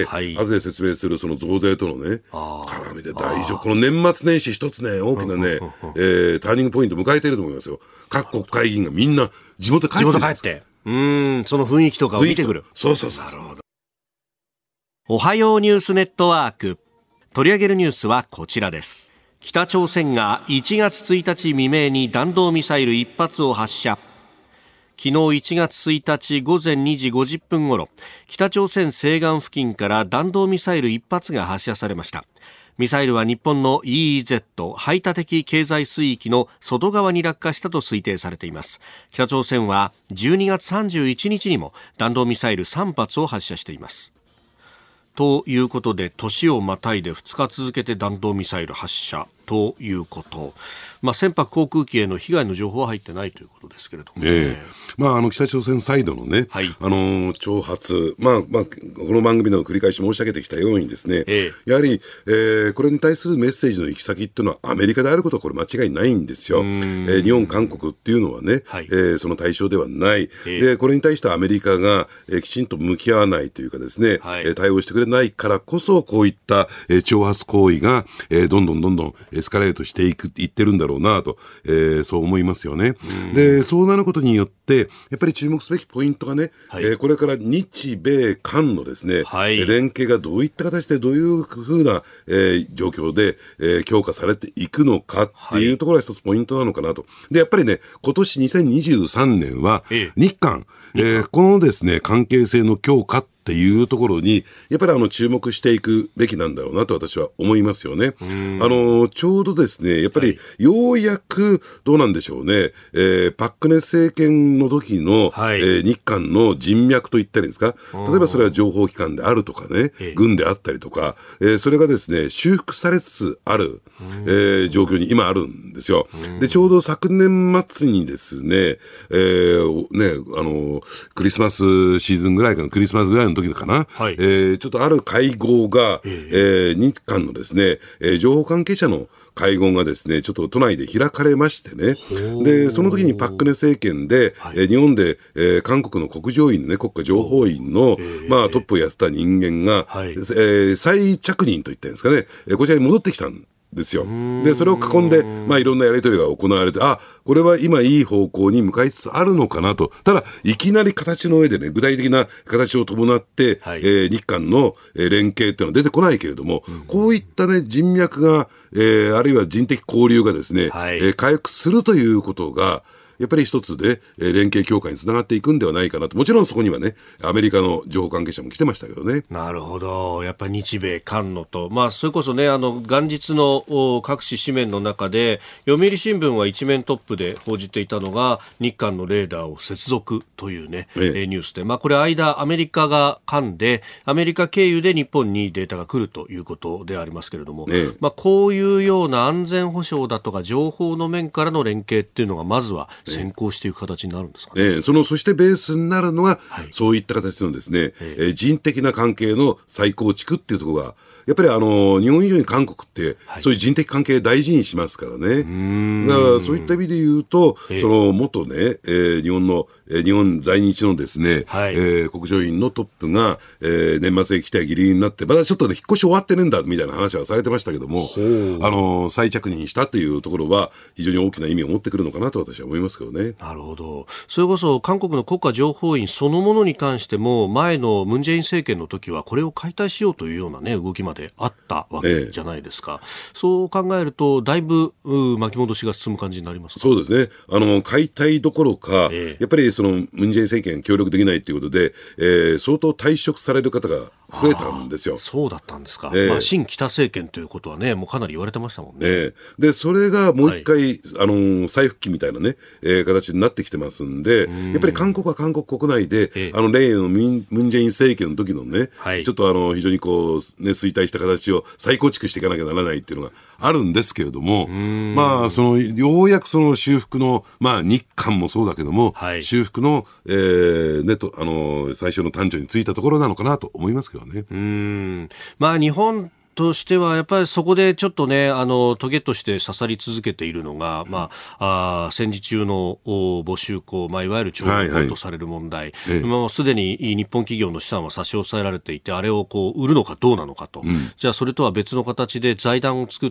はい、後で説明するその増税とのね、絡みで大丈夫。この年末年始一つね、大きなね、えー、ターニングポイント迎えていると思いますよ。各国会議員がみんな地元帰ってるんです。地元帰って。 うーん、その雰囲気とかを見てくる。 そうそうそう。 なるほど。おはようニュースネットワーク。取り上げるニュースはこちらです。北朝鮮がいちがつついたち未明に弾道ミサイルいっぱつを発射。昨日いちがつついたち午前にじごじゅっぷんごろ、北朝鮮西岸付近から弾道ミサイルいっぱつが発射されました。ミサイルは日本の イーイーゼット 排他的経済水域の外側に落下したと推定されています。北朝鮮はじゅうにがつさんじゅういちにちにも弾道ミサイルさんぱつを発射しています。ということで、年をまたいでふつか続けて弾道ミサイル発射ということ、まあ、船舶航空機への被害の情報は入ってないということですけれども、ね、 えーまあ、あの北朝鮮サイドのね、はい、あのー、挑発、まあまあ、この番組での繰り返し申し上げてきたようにですね、えー、やはり、えー、これに対するメッセージの行き先っていうのはアメリカであることはこれ間違いないんですよ。えー、日本、韓国っていうのはね、はい、えー、その対象ではない、えー、でこれに対してアメリカが、えー、きちんと向き合わないというかですね、はい、えー、対応してくれないからこそこういった、えー、挑発行為が、えー、どんどんどんどんエスカレートしていくいってるんだろうなと、えー、そう思いますよね。でそうなることによってやっぱり注目すべきポイントがね、はい、えー、これから日米韓のですね、はい、連携がどういった形でどういうふうな、えー、状況で、えー、強化されていくのかっていうところが一つポイントなのかなと。でやっぱりね、今年にせんにじゅうさんねんは日韓、えー、えー、このですね関係性の強化っていうところにやっぱりあの注目していくべきなんだろうなと私は思いますよね。あのちょうどですねやっぱりようやくどうなんでしょうね、えー、パククネ政権の時の、はい、えー、日韓の人脈といったらいいんですか、例えばそれは情報機関であるとかね、軍であったりとか、えー、それがですね修復されつつある、えー、状況に今あるんですよ。でちょうど昨年末にですね、えー、ねあのクリスマスシーズンぐらいかな、クリスマスぐらいの時かな、はい、えー、ちょっとある会合が、えーえー、日韓のですね、えー、情報関係者の会合がですねちょっと都内で開かれましてね、でその時にパククネ政権で、はい、えー、日本で、えー、韓国の国情院、ね、国家情報院の、えーまあ、トップをやってた人間が、はい、えー、再着任といったんですかね、えー、こちらに戻ってきたんですよ。でそれを囲んで、まあ、いろんなやり取りが行われて、あ、これは今いい方向に向かいつつあるのかなと。ただいきなり形の上でね、具体的な形を伴って、はい、えー、日韓の連携っていうのは出てこないけれども、うん、こういったね人脈が、えー、あるいは人的交流がですね、はい、えー、回復するということがやっぱり一つで、えー、連携強化につながっていくんではないかなと。もちろんそこにはね、アメリカの情報関係者も来てましたけどね。 なるほど。やっぱり日米韓のと、まあ、それこそね、あの元日の各紙紙面の中で読売新聞は一面トップで報じていたのが日韓のレーダーを接続というね、ええ、ニュースで、まあ、これ間アメリカが間でアメリカ経由で日本にデータが来るということでありますけれども、ええ、まあ、こういうような安全保障だとか情報の面からの連携っていうのがまずは先行していく形になるんですかね。 えー、そのそしてベースになるのは、はい、そういった形のですね、えー、人的な関係の再構築っていうところがやっぱりあの日本以上に韓国って、はい、そういう人的関係大事にしますからね。だからそういった意味で言うと、えー、その元ね、えー、日本の、えー、日本在日のですね、はい、えー、国情院のトップが、えー、年末へ来てギリギリになってまだちょっとね引っ越し終わってねえんだみたいな話はされてましたけども、あの再着任したというところは非常に大きな意味を持ってくるのかなと私は思いますけどね。 なるほど。それこそ韓国の国家情報院そのものに関しても前のムン・ジェイン政権の時はこれを解体しようというようなね動きまであったわけじゃないですか。ええ、そう考えるとだいぶ巻き戻しが進む感じになりますか。 そうですね。あの解体どころか、ええ、やっぱりそのムン・ジェイン政権協力できないということで、えー、相当退職される方が増えたんですよ。 そうだったんですか。ええ、まあ、新北政権ということはねもうかなり言われてましたもんね。 ええ、でそれがもう一回、はい、あの再復帰みたいなね、えー、形になってきてますんで、んやっぱり韓国は韓国国内で、ええ、あの例のムン・ジェイン政権の時のね、はい、ちょっとあの非常にこう、ね、衰退した形を再構築していかなきゃならないっていうのがあるんですけれども、まあそのようやくその修復の、まあ、日韓もそうだけども、はい、修復の、えーね、とあの最初の端緒についたところなのかなと思いますけどね。 うーん、まあ日本としてはやっぱりそこでちょっとねあのトゲとして刺さり続けているのが、まあ、あ戦時中の募集校、まあ、いわゆる徴用工とされる問題、はいはい、まあ、すでに日本企業の資産は差し押さえられていてあれをこう売るのかどうなのかと、うん、じゃあそれとは別の形で財団を作って、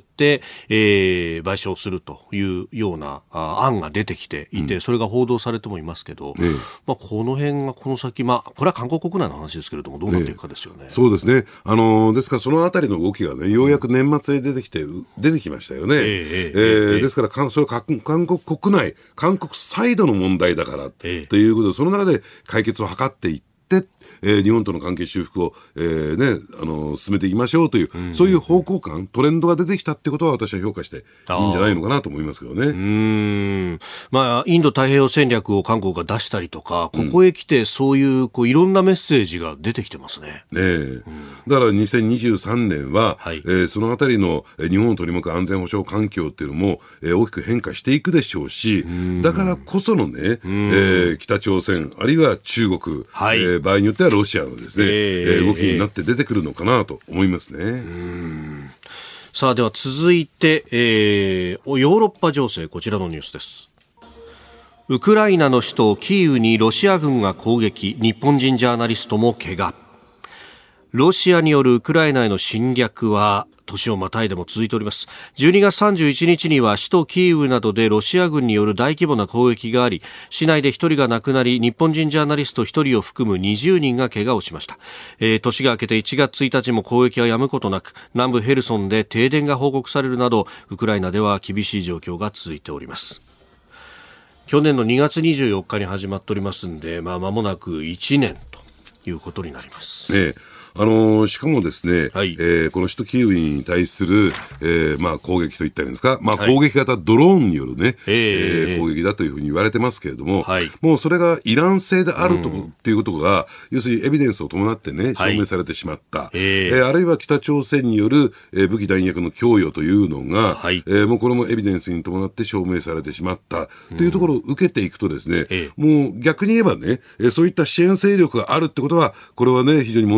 えー、賠償するというようなあ案が出てきていて、うん、それが報道されてもいますけど、えーまあ、この辺がこの先、まあ、これは韓国国内の話ですけれどもどうなっていくかですよね。 えー、そうですね。あのー、ですからそのあたりの動きがねようやく年末へ出てきて出てきましたよね。えーえーえー、ですからかそれは韓国国内韓国サイドの問題だから、えー、ということでその中で解決を図っていって、えー、日本との関係修復を、えーね、あの進めていきましょうという、うん、そういう方向感トレンドが出てきたってことは私は評価していいんじゃないのかなと思いますけどね。 うーん、まあ、インド太平洋戦略を韓国が出したりとかここへ来てそういう、こういろんなメッセージが出てきてますね。 ねえ、うん、だからにせんにじゅうさんねんは、はい、えー、そのあたりの日本を取り巻く安全保障環境っていうのも、えー、大きく変化していくでしょうし、だからこそのね、えー、北朝鮮あるいは中国、はい、えー、場合によってはロシアのですね、えー、動きになって出てくるのかなと思いますね。うーん、さあでは続いて、えー、ヨーロッパ情勢こちらのニュースです。ウクライナの首都キーウにロシア軍が攻撃、日本人ジャーナリストも怪我。ロシアによるウクライナへの侵略は年をまたいでも続いております。じゅうにがつさんじゅういちにちには首都キーウなどでロシア軍による大規模な攻撃があり、市内でひとりが亡くなり、日本人ジャーナリストひとりを含むにじゅうにんが怪我をしました。えー、年が明けていちがつついたちも攻撃は止むことなく、南部ヘルソンで停電が報告されるなどウクライナでは厳しい状況が続いております。去年のにがつにじゅうよっかに始まっておりますんで、まあ、間もなくいちねんということになります。 ねえ、あのー、しかもですね、はい、えー、この首都キーウに対する、えーまあ、攻撃といったらいいんですか、まあ、攻撃型ドローンによる、ね、はい、えー、攻撃だというふうに言われてますけれども、はい、もうそれがイラン製であると、うん、っていうことが要するにエビデンスを伴って、ね、証明されてしまった、はい、えー、あるいは北朝鮮による、えー、武器弾薬の供与というのが、はい、えー、もうこれもエビデンスに伴って証明されてしまったというところを受けていくとですね、うん、もう逆に言えばね、そういった支援勢力があるってことはこれはね非常に問題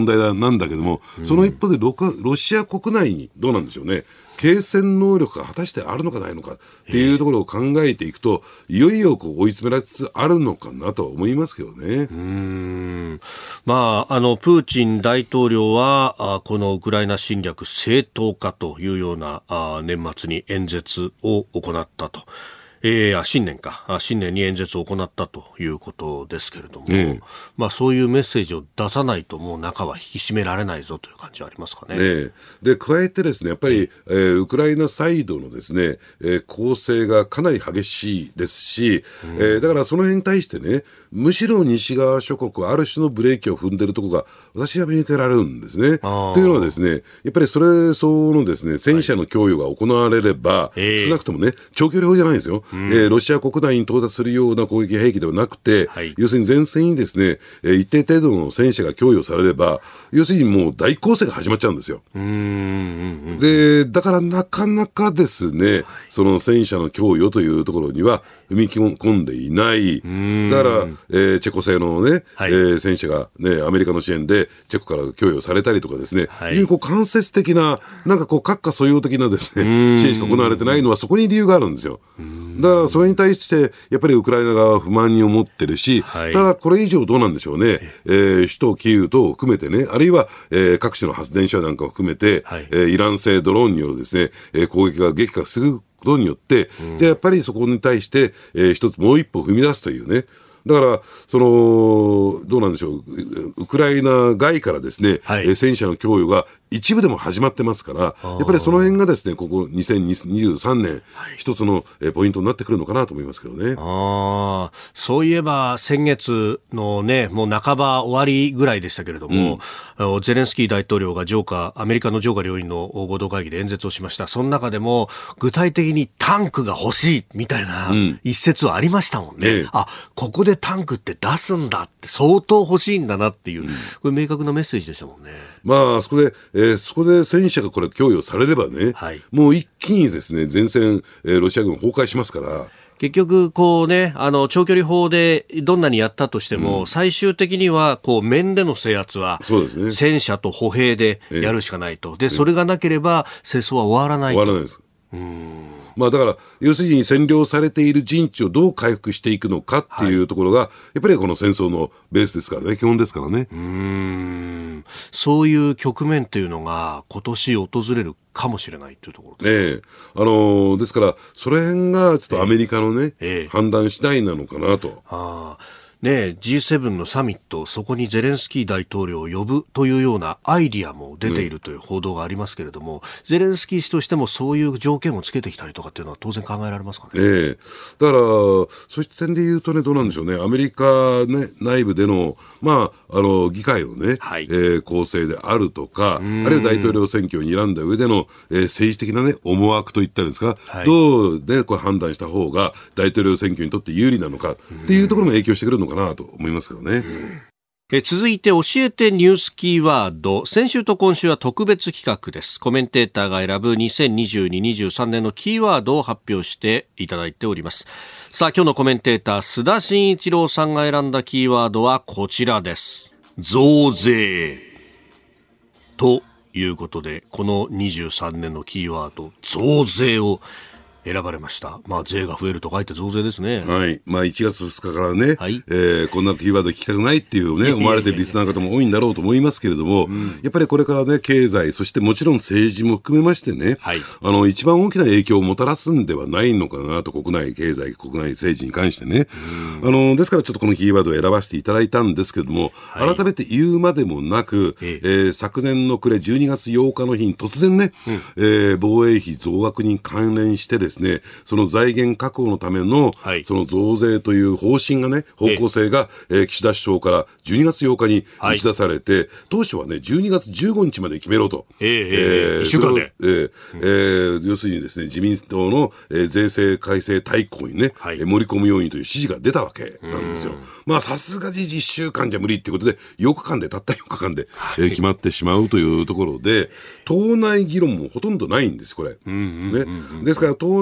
なんだけども、その一方で ロ, ロシア国内にどうなんでしょうね、継戦能力が果たしてあるのかないのかっていうところを考えていくと、いよいよこう追い詰められつつあるのかなと思いますけどね。 うーん、まあ、あのプーチン大統領はあこのウクライナ侵略正当化というようなあ年末に演説を行ったと。えー、新年か新年に演説を行ったということですけれども、ええ、まあ、そういうメッセージを出さないともう中は引き締められないぞという感じはありますかね。 ええ、で加えてですね、やっぱり、えー、ウクライナサイドのですね、えー、攻勢がかなり激しいですし、うん、えー、だからその辺に対してね、むしろ西側諸国はある種のブレーキを踏んでいるところが私は見受けられるんですね。というのはですね、やっぱりそれ相応のですね、戦車の供与が行われれば、はい、少なくともね、長距離砲じゃないんですよ。うん、えー、ロシア国内に到達するような攻撃兵器ではなくて、はい、要するに前線にですね、えー、一定程度の戦車が供与されれば、要するにもう大攻勢が始まっちゃうんですよ。うーん、で、だからなかなかですね、はい、その戦車の供与というところには踏み込んでいない。だから、えー、チェコ製のね、はい、えー、戦車がね、アメリカの支援でチェコから供与されたりとかですね、はい、非常にこう間接的な、なんかこう閣下素養的なですね、支援しか行われてないのはそこに理由があるんですよ。だからそれに対してやっぱりウクライナ側は不満に思ってるし、はい、ただこれ以上どうなんでしょうね、えー、首都キーウ等を含めてね、あるいは、えー、各種の発電所なんかを含めて、はい、えー、イラン製ドローンによるですね、えー、攻撃が激化することによって、うん、じゃあやっぱりそこに対して、えー、一つもう一歩踏み出すというね、だから、その、どうなんでしょう、ウクライナ外からですね、はい、戦車の供与が一部でも始まってますから、やっぱりその辺がですね、ここにせんにじゅうさんねん、はい、一つのポイントになってくるのかなと思いますけどね。 あ、そういえば先月のね、もう半ば終わりぐらいでしたけれども、うん、ゼレンスキー大統領が上下、アメリカの上下両院の合同会議で演説をしました。その中でも具体的にタンクが欲しいみたいな一節はありましたもんね。うん、あ、ここでタンクって出すんだって相当欲しいんだなっていう、うん、これ明確なメッセージでしたもんね。 まあそこで、えー、そこで戦車がこれ供与されればね、はい、もう一気にですね前線、えー、ロシア軍崩壊しますから。 結局こうね、あの長距離砲でどんなにやったとしても、うん、最終的にはこう面での制圧は戦車と歩兵でやるしかないと、えー、でそれがなければ戦争は終わらないと。 終わらないです。うーん、まあ、だから要するに占領されている陣地をどう回復していくのかっていうところが、はい、やっぱりこの戦争のベースですからね、基本ですからね。 うーん、そういう局面というのが今年訪れるかもしれないというところですね。えー、あのー、ですからそれ辺がちょっとアメリカのね、えー、判断次第なのかなと。 あね、ジーセブン のサミット、そこにゼレンスキー大統領を呼ぶというようなアイディアも出ているという報道がありますけれども、ね、ゼレンスキー氏としてもそういう条件をつけてきたりとかっていうのは当然考えられますかね。 ええ、だからそういった点で言うとね、どうなんでしょうね、アメリカ、ね、内部での、まあ、あの議会のね、はい、えー、構成であるとか、あるいは大統領選挙を睨んだ上での、えー、政治的な、ね、思惑といったんですか、はい、どう、ね、これ判断した方が大統領選挙にとって有利なのかっていうところも影響してくるのかなと思いますけどね。 え続いて教えてニュースキーワード。先週と今週は特別企画です。コメンテーターが選ぶにせんにじゅうに、にじゅうさんねんのキーワードを発表していただいております。さあ今日のコメンテーター須田慎一郎さんが選んだキーワードはこちらです。増税ということで、このにじゅうさんねんのキーワード増税を選ばれました。まあ税が増えると書いて増税ですね。 はい。まあいちがつふつかからね、はい、えー、こんなキーワード聞きたくないっていうね、思われてるリスナー方も多いんだろうと思いますけれども、うん、やっぱりこれからね、経済、そしてもちろん政治も含めましてね、はい、あの、一番大きな影響をもたらすんではないのかなと、国内経済、国内政治に関してね。うん、あの、ですからちょっとこのキーワードを選ばせていただいたんですけれども、はい、改めて言うまでもなく、ええー、昨年の暮れじゅうにがつようかの日に突然ね、うん、えー、防衛費増額に関連してですね、その財源確保のための、はい、その増税という方針がね、方向性が、ええー、岸田首相からじゅうにがつようかに打ち出されて、はい、当初はね、じゅうにがつじゅうごにちまで決めろと。 えーえー、いっしゅうかんで。 えーえー、要するにですね、自民党の、えー、税制改正大綱にね、はい、えー、盛り込むようにという指示が出たわけなんですよ。まあ、さすがにいっしゅうかんじゃ無理っていうことで、よっかかんで、たったよっかかんで、はい、えー、決まってしまうというところで、党内議論もほとんどないんです、これ。うんうんうんうん、ね。ですから、党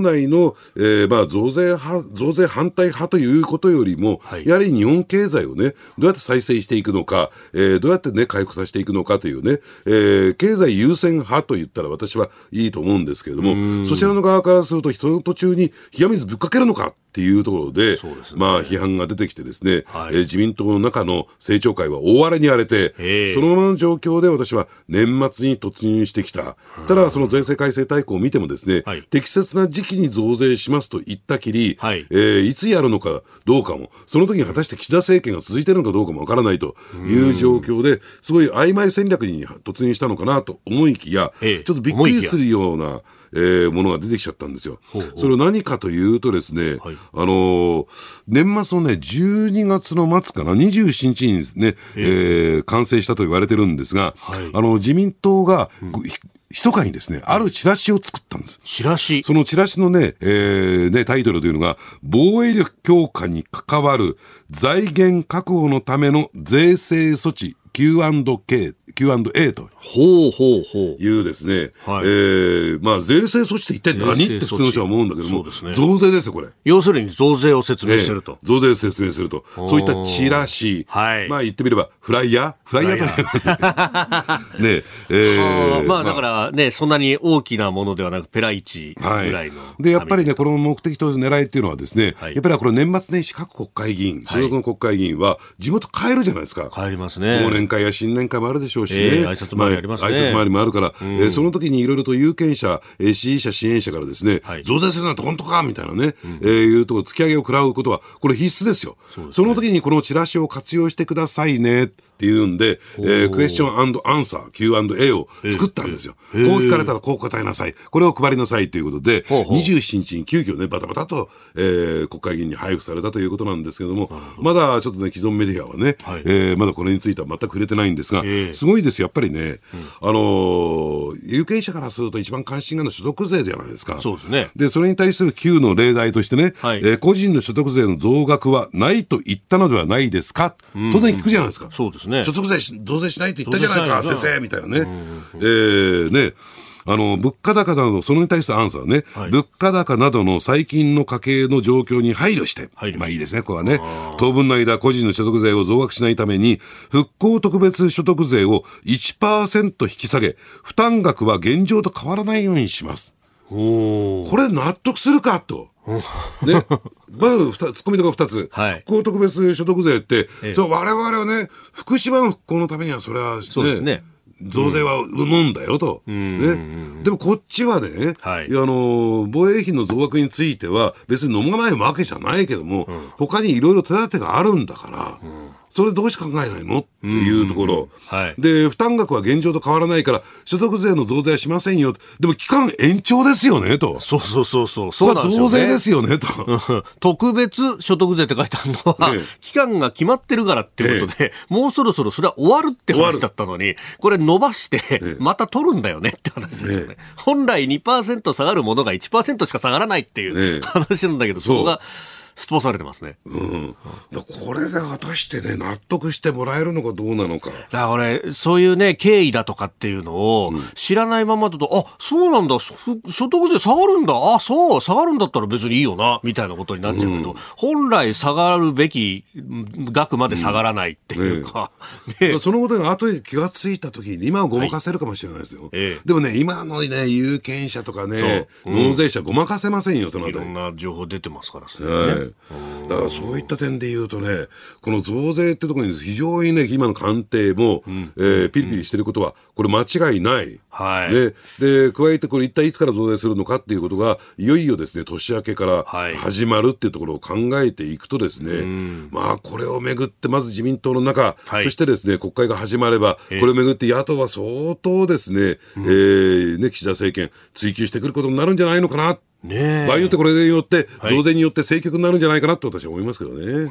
党内の、えーまあ、増税派、増税反対派ということよりも、はい、やはり日本経済をね、どうやって再生していくのか、えー、どうやってね、回復させていくのかというね、えー、経済優先派と言ったら私はいいと思うんですけれども、そちらの側からすると、その途中に冷や水ぶっかけるのかっていうところで、そうですね、まあ、批判が出てきてですね、はい、えー、自民党の中の政調会は大荒れに荒れて、そのままの状況で私は年末に突入してきた。ただ、その税制改正大綱を見てもですね、はい、適切な時期に増税しますと言ったきり、はい、えー、いつやるのかどうかも、その時に果たして岸田政権が続いているのかどうかもわからないという状況で、すごい曖昧戦略に突入したのかなと思いきや、ええ、ちょっとびっくりするような、えー、ものが出てきちゃったんですよ。ほうほう、それは何かというとですね、はい、あのー、年末のね、じゅうにがつの末かな、にじゅうしちにちにですね、えー、完成したと言われてるんですが、はい、あの、自民党が、うん、密かにですね、あるチラシを作ったんです。 チラシ？ そのチラシのね、えー、ね、タイトルというのが、防衛力強化に関わる財源確保のための税制措置 キューアンドケー、キューアンドエー というですね、はい、えー、まあ税制措置って一体何って普通の人は思うんだけども、ね、増税ですよこれ。 要するに増税を説明すると、 えー、増税を説明すると、そういったチラシ、はい、まあ言ってみればフライヤーフライヤーとね、えー、まあだからね、そんなに大きなものではなくペライチぐらいの、はい、 でやっぱりね、この目的と狙いっていうのはですね、はい、やっぱりこれ年末年始各国会議員、所属の国会議員は地元帰るじゃないですか。 帰りますね。 忘年会や新年会もあるでしょうしね、 えー、挨拶回りありますね、 まあ、挨拶回りもあるから、うん、えー、その時にいろいろと有権者、えー、支持者支援者からですね、はい、増税するなんて本当かみたいなね、うん、えー、いうところ突き上げを食らうことはこれ必須ですよ。 そうですね。その時にこのチラシを活用してくださいねっていうんで、えー、クエスチョン&アンサー キューアンドエー を作ったんですよ。こう聞かれたらこう答えなさい、これを配りなさいということで、ほうほう、にじゅうしちにちに急遽ねバタバタと、えー、国会議員に配布されたということなんですけども、まだちょっとね既存メディアはね、はい、えー、まだこれについては全く触れてないんですが、すごいですよやっぱりね、うん、あのー、有権者からすると一番関心があるのは所得税じゃないですか。 そうですね。 でそれに対するQの例題としてね、はい、えー、個人の所得税の増額はないと言ったのではないですか、うん、当然聞くじゃないですか。 そうですね。 所得税増税しないって言ったじゃないか先生みたいなね、うんうんうん、えー、ね、あの物価高などそれに対するアンサーね、はい、物価高などの最近の家計の状況に配慮して、まあいいですねこれはね、当分の間個人の所得税を増額しないために復興特別所得税を いちパーセント 引き下げ、負担額は現状と変わらないようにします。おこれ納得するかとね、まずツッコミとかふたつ、はい、復興特別所得税って、ええ、そ我々はね福島の復興のためにはそれは、ね、そうですね、増税は生むんだよと、うん、ね、でもこっちはね、はい、いやあの防衛費の増額については別に飲まないわけじゃないけども、うん、他にいろいろ手立てがあるんだから、うん、それどうして考えないのっていうところ、うんうんうん、はい、で負担額は現状と変わらないから所得税の増税はしませんよ、でも期間延長ですよねと。 そうそうそうそうそうなんですよね、 増税ですよねと特別所得税って書いてあるのは、ええ、期間が決まってるからっていうことで、ええ、もうそろそろそれは終わるって話だったのに、これ伸ばしてまた取るんだよねって話ですよね、ええ、本来 にパーセント 下がるものが いちパーセント しか下がらないっていう話なんだけど、そこがすっ飛ばされてますね、うん、 だこれで果たしてね納得してもらえるのかどうなのか。 だから俺そういうね経緯だとかっていうのを知らないままだと、うん、あそうなんだ所得税下がるんだ、あそう下がるんだったら別にいいよなみたいなことになっちゃうけど、うん、本来下がるべき額まで下がらないっていうか、 うんね、そのことが後で気がついた時に今はごまかせるかもしれないですよ、はい、ええ、でもね今のね有権者とかね、うん、納税者ごまかせませんよ。そのあたりいろんな情報出てますからね、 はい、だからそういった点で言うとね、この増税ってところに非常にね今の官邸も、うん、えー、ピリピリしてることはこれ間違いない、はい、で, で加えてこれ一体いつから増税するのかっていうことがいよいよですね年明けから始まるっていうところを考えていくとですね、はい、まあこれをめぐってまず自民党の中、はい、そしてですね国会が始まればこれをめぐって野党は相当ですね、うん、えー、ね岸田政権追及してくることになるんじゃないのかな、ね、場合によってこれによって増税によって政局になるんじゃないかなと私は思いますけどね、うん、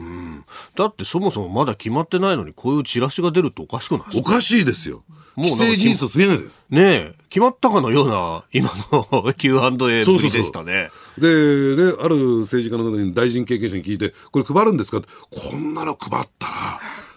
だってそもそもまだ決まってないのにこういうチラシが出るっておかしくないですか。 おかしいですよ。もう既成事実とすぎないでねえ決まったかのような今の キューアンドエー ぶりでしたね。 そうそうそうで、ね、ある政治家の方に大臣経験者に聞いてこれ配るんですかって、こんなの配ったら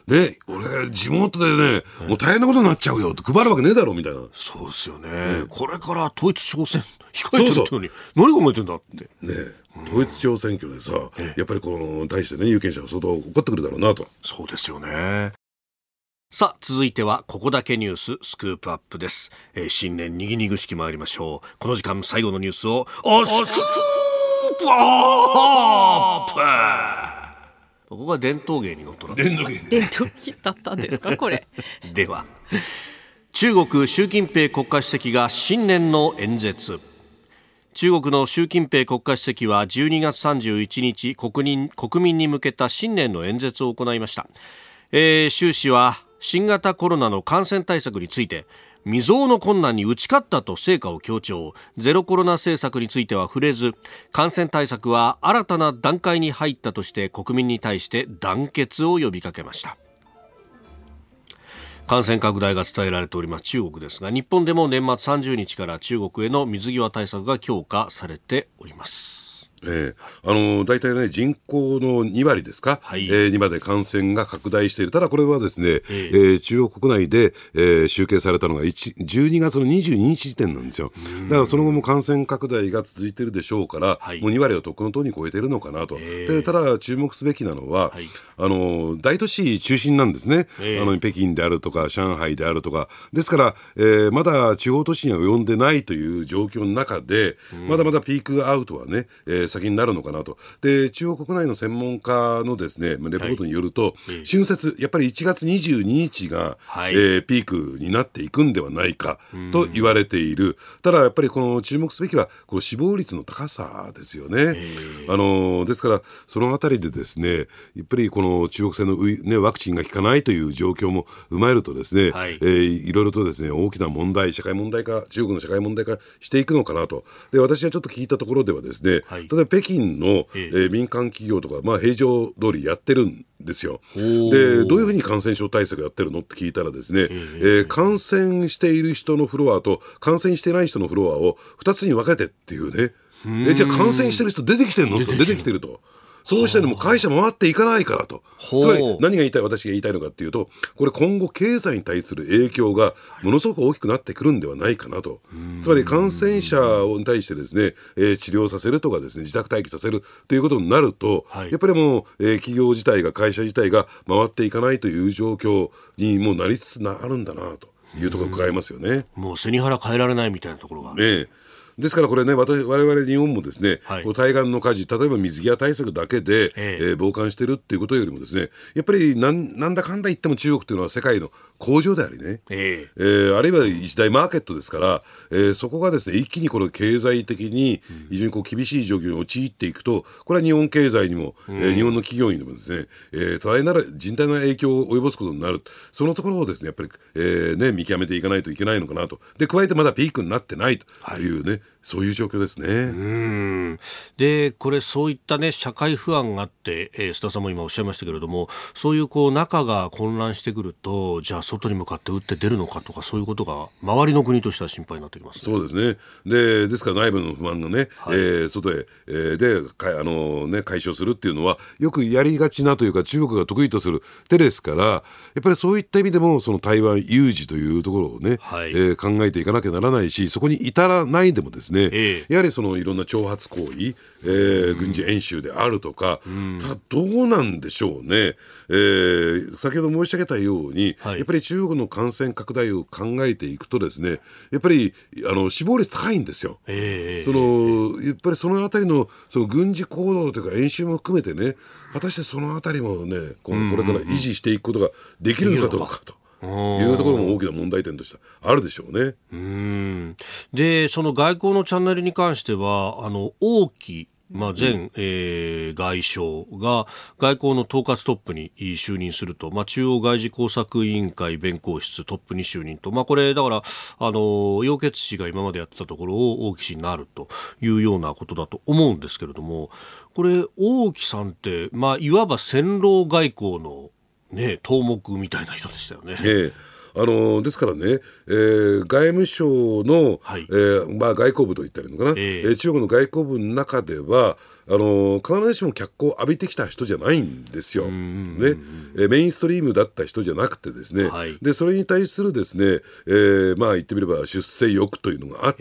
で、俺、地元でね、もう大変なことになっちゃうよって配るわけねえだろみたいな。 そうですよね。ねこれから統一地方選控えてるってのに、何考えてんだって。 ね統一地方選挙でさ、やっぱりこの対してね、有権者が相当怒ってくるだろうなと。 そうですよね。さあ続いてはここだけニューススクープアップです、えー、新年にぎにぐしき参りましょう。この時間最後のニュースをおスクープアップ。ここが伝統芸にのっとら伝統芸伝統芸だったんですかこれでは中国習近平国家主席が新年の演説。中国の習近平国家主席はじゅうにがつさんじゅういちにち 国民、国民に向けた新年の演説を行いました。えー、習氏は新型コロナの感染対策について未曾有の困難に打ち勝ったと成果を強調。ゼロコロナ政策については触れず、感染対策は新たな段階に入ったとして国民に対して団結を呼びかけました。感染拡大が伝えられております中国ですが、日本でも年末さんじゅうにちから中国への水際対策が強化されております。 えー、あの大体ね人口のにわりですか、はいえー、にまで感染が拡大している。ただこれはですね、えーえー、中国国内で、えー、集計されたのがじゅうにがつのにじゅうににち時点なんですよ。だからその後も感染拡大が続いているでしょうから、はい、もうにわりをとっくのとおりに超えているのかなと、えー、でただ注目すべきなのは、はい、あの大都市中心なんですね、えー、あの北京であるとか上海であるとかですから、えー、まだ地方都市には及んでないという状況の中で、まだまだピークアウトはね、えー、先になるのかなと。で中国国内の専門家のですねレポートによると、はい、春節やっぱりいちがつにじゅうににちが、はいえー、ピークになっていくんではないかと言われている。ただやっぱりこの注目すべきはこの死亡率の高さですよね。あのですからそのあたりでですねやっぱりこの中国製のウイ、ね、ワクチンが効かないという状況も踏まえるとですね、はいえー、いろいろとですね大きな問題社会問題化中国の社会問題化していくのかなと。で私はちょっと聞いたところではですね、はい、例えば北京のえー、民間企業とか、まあ、平常通りやってるんですよ。でどういうふうに感染症対策やってるのって聞いたらですね、えーえー、感染している人のフロアと感染してない人のフロアをふたつに分けてっていうね。えじゃあ感染してる人出てきてるのと出てきてると。そうしたらもう会社回っていかないからと。つまり何が言いたい私が言いたいのかっていうと、これ今後経済に対する影響がものすごく大きくなってくるんではないかなと。つまり感染者に対してですね、えー、治療させるとかですね自宅待機させるということになると、はい、やっぱりもう、えー、企業自体が会社自体が回っていかないという状況にもうなりつつあるんだなというところが伺いますよね。 もう背に腹変えられないみたいなところがね。ですからこれね我々日本もですね、はい、こう対岸の火事例えば水際対策だけで、えーえー、傍観してるっていうことよりもですねやっぱりなん、なんだかんだ言っても中国というのは世界の工場でありね、えーえー、あるいは一大マーケットですから、えー、そこがですね一気にこの経済的に非常にこう厳しい状況に陥っていくとこれは日本経済にも、うんえー、日本の企業にもですね、えー、多大なる甚大な影響を及ぼすことになる。そのところをですねやっぱり、えーね、見極めていかないといけないのかなと。で加えてまだピークになってないというね、はいそういう状況ですね。 うんでこれそういったね社会不安があって、えー、須田さんも今おっしゃいましたけれどもそういうこう中が混乱してくるとじゃあ外に向かって打って出るのかとかそういうことが周りの国としては心配になってきます、ね、 そうですね。でですから内部の不満のね、はいえー、外へ、えー、でかあの、ね、解消するっていうのはよくやりがちなというか中国が得意とする手ですからやっぱりそういった意味でもその台湾有事というところをね、はいえー、考えていかなきゃならないしそこに至らないでもですねねええ、やはりそのいろんな挑発行為、えー、軍事演習であるとか、うん、ただどうなんでしょうね、えー、先ほど申し上げたように、はい、やっぱり中国の感染拡大を考えていくとですねやっぱりあの死亡率高いんですよ、えー、そのやっぱりそのあたり の, その軍事行動というか演習も含めてね果たしてそのあたりもねこれから維持していくことができるのかどうかというところも大きな問題点としてあるでしょうね。 うーんでその外交のチャンネルに関してはあの王毅まあ、前、うんえー、外相が外交の統括トップに就任すると、まあ、中央外事工作委員会弁公室トップに就任と、まあ、これだからあの楊潔氏が今までやってたところを王毅氏になるというようなことだと思うんですけれどもこれ王毅さんって、まあ、いわば戦狼外交のね、頭目みたいな人でしたよね。 ええあのですからね、えー、外務省の、はいえーまあ、外交部と言ったらいいのかな、えー、中国の外交部の中では、 あの必ずしも脚光を浴びてきた人じゃないんですよ、ね、えメインストリームだった人じゃなくてですね、はい、でそれに対するですね、えー、まあ言ってみれば出世欲というのがあって、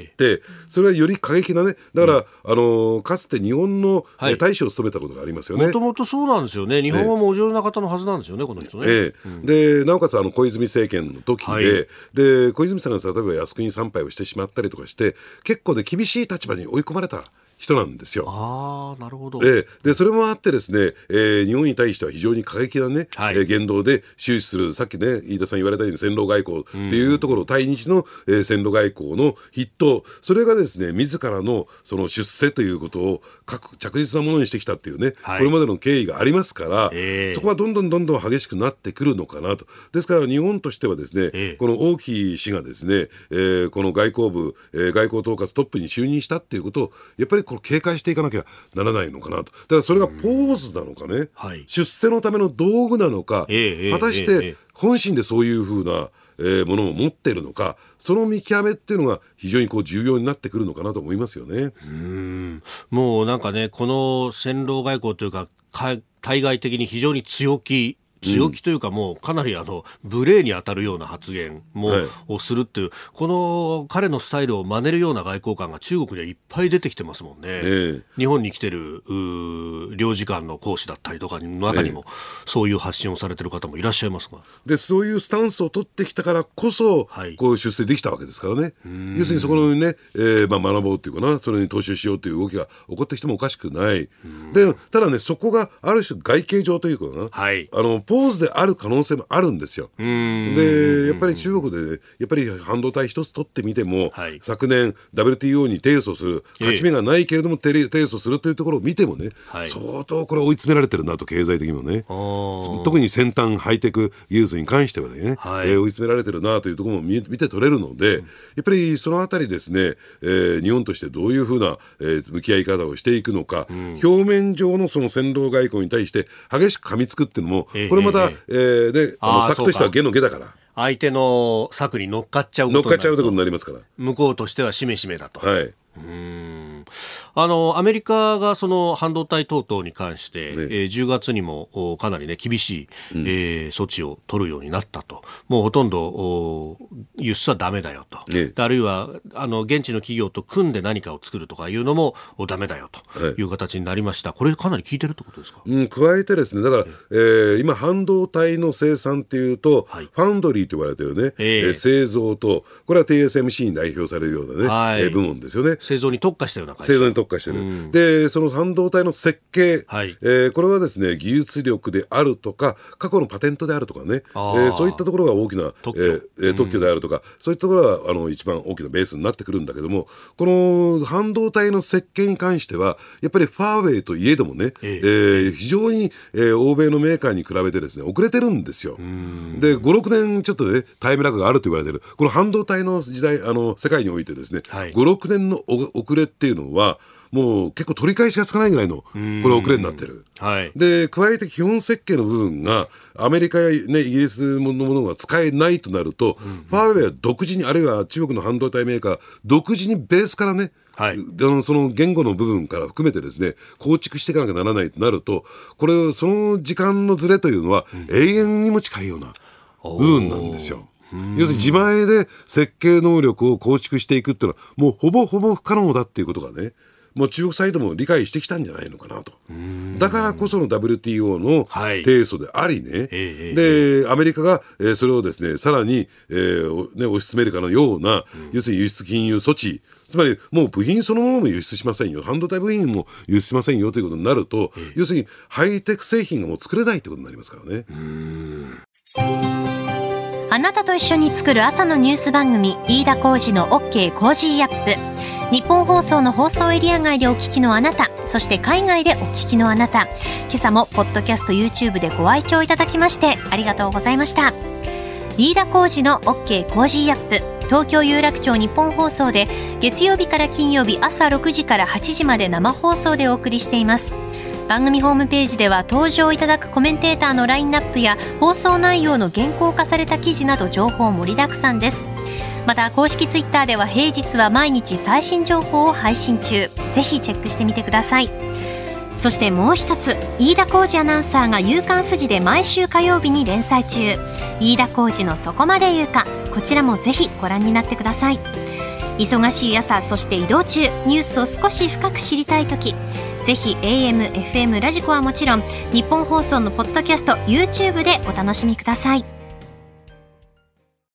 それはより過激なね、だから、うん、あのかつて日本の、はい、大使を務めたことがありますよね。 もともとそうなんですよね。日本語もお上手な方のはずなんですよね、この人ね。 ええうん、でなおかつあの小泉政権の時で、はい、で小泉さんが例えば靖国参拝をしてしまったりとかして結構で厳しい立場に追い込まれた人なんですよ。 あなるほど。 で, でそれもあってですね、えー、日本に対しては非常に過激な、ねはい、えー、言動で終始する、さっきね飯田さん言われたように戦狼外交っていうところ、うん、対日の、えー、戦狼外交の筆頭、それがですね自らのその出世ということを着実なものにしてきたっていうね、はい、これまでの経緯がありますから、えー、そこはどんどんどんどん激しくなってくるのかなと。ですから日本としてはですね、えー、この王毅氏がですね、えー、この外交部、えー、外交統括トップに就任したっていうことをやっぱりこれ警戒していかなきゃならないのかなと。だからそれがポーズなのかね、はい、出世のための道具なのか、えー、果たして本心でそういうふうな、えー、ものを持っているのか、その見極めっていうのが非常にこう重要になってくるのかなと思いますよね。 うーんもうなんかね、この戦狼外交というか対外的に非常に強気強気というか、もうかなりあの無礼に当たるような発言も、はい、をするっていう、この彼のスタイルを真似るような外交官が中国ではいっぱい出てきてますもんね、えー、日本に来てる領事館の講師だったりとかの中にも、えー、そういう発信をされてる方もいらっしゃいますが、 でそういうスタンスを取ってきたからこそ、はい、こう出世できたわけですからね。要するにそこのね、えーまあ、学ぼうっていうかな、それに踏襲しようという動きが起こってきてもおかしくない。でただね、そこがある種外形上というかな、はい、あのポーズである可能性もあるんですよ。でやっぱり中国で、ね、やっぱり半導体一つ取ってみても、はい、昨年 ダブリューティーオー に提訴する、勝ち目がないけれども、えー、提訴するというところを見てもね、はい、相当これ追い詰められてるなと、経済的にもね、特に先端ハイテク技術に関してはね、はい、えー、追い詰められてるなというところも 見, 見て取れるので、うん、やっぱりそのあたりですね、えー、日本としてどういうふうな、えー、向き合い方をしていくのか、うん、表面上のその戦狼外交に対して激しく噛みつくっていうのも、えー、これまた、えーえーであの策としては下の下だから、 相手の策に乗っかっちゃうことになると、乗っかっちゃうことになりますから、向こうとしてはしめしめだと、はい、うーんあのアメリカがその半導体等々に関して、ねえー、じゅうがつにもかなり、ね、厳しい、うんえー、措置を取るようになったと。もうほとんど輸出はダメだよと、ね、あるいはあの現地の企業と組んで何かを作るとかいうのもダメだよという形になりました、はい、これかなり効いてるってことですか。 うん、加えてですね、だから、えー、今半導体の生産っていうと、はい、ファウンドリーと言われてるね、えーえー、製造と、これは ティーエスエムシー に代表されるようなね、はいえー、部門ですよね。 製造に特化したような会社、製造に特化してる、うん、でその半導体の設計、はいえー、これはですね技術力であるとか過去のパテントであるとかね、えー、そういったところが大きな特許、えー、特許であるとか、うん、そういったところがあの一番大きなベースになってくるんだけども、この半導体の設計に関してはやっぱりファーウェイといえどもね、えーえー、非常に、えー、欧米のメーカーに比べてですね遅れてるんですよ。でごろくねんちょっとねタイムラグがあると言われてるこの半導体の時代、あの世界においてですね、はい、ごろくねんの遅れっていうのはもう結構取り返しがつかないぐらいのこれ遅れになってる、はい、で加えて基本設計の部分がアメリカや、ね、イギリスのものが使えないとなると、うんうん、ファーウェイは独自に、あるいは中国の半導体メーカー独自にベースからね、はい、その言語の部分から含めてですね構築していかなきゃならないとなると、これその時間のズレというのは永遠にも近いような部分なんですよ。要するに自前で設計能力を構築していくっていうのはもうほぼほぼ不可能だっていうことがね、もう中国サイドも理解してきたんじゃないのかなと。だからこその ダブリューティーオー の提訴でありね、はい、でアメリカが、えー、それをですねさらに、えーね、推し進めるかのような、うん、要するに輸出禁輸措置、つまりもう部品そのものも輸出しませんよ、半導体部品も輸出しませんよということになると、要するにハイテク製品がもう作れないということになりますからね。うーん、 あなたと一緒に作る朝のニュース番組、飯田浩司の OK コージーアップ。日本放送の放送エリア外でお聞きのあなた、そして海外でお聞きのあなた、今朝もポッドキャスト YouTube でご愛聴いただきましてありがとうございました。飯田浩司の OK コージーアップ、東京有楽町日本放送で月曜日から金曜日朝ろくじからはちじまで生放送でお送りしています。番組ホームページでは登場いただくコメンテーターのラインナップや放送内容の原稿化された記事など情報盛りだくさんです。また公式ツイッターでは平日は毎日最新情報を配信中、ぜひチェックしてみてください。 そしてもう一つ、飯田浩司アナウンサーが夕刊フジで毎週火曜日に連載中、飯田浩司のそこまで言うか、こちらもぜひご覧になってください。忙しい朝、そして移動中、ニュースを少し深く知りたいとき、ぜひ エーエム、エフエム、ラジコはもちろん日本放送のポッドキャスト、YouTube でお楽しみください。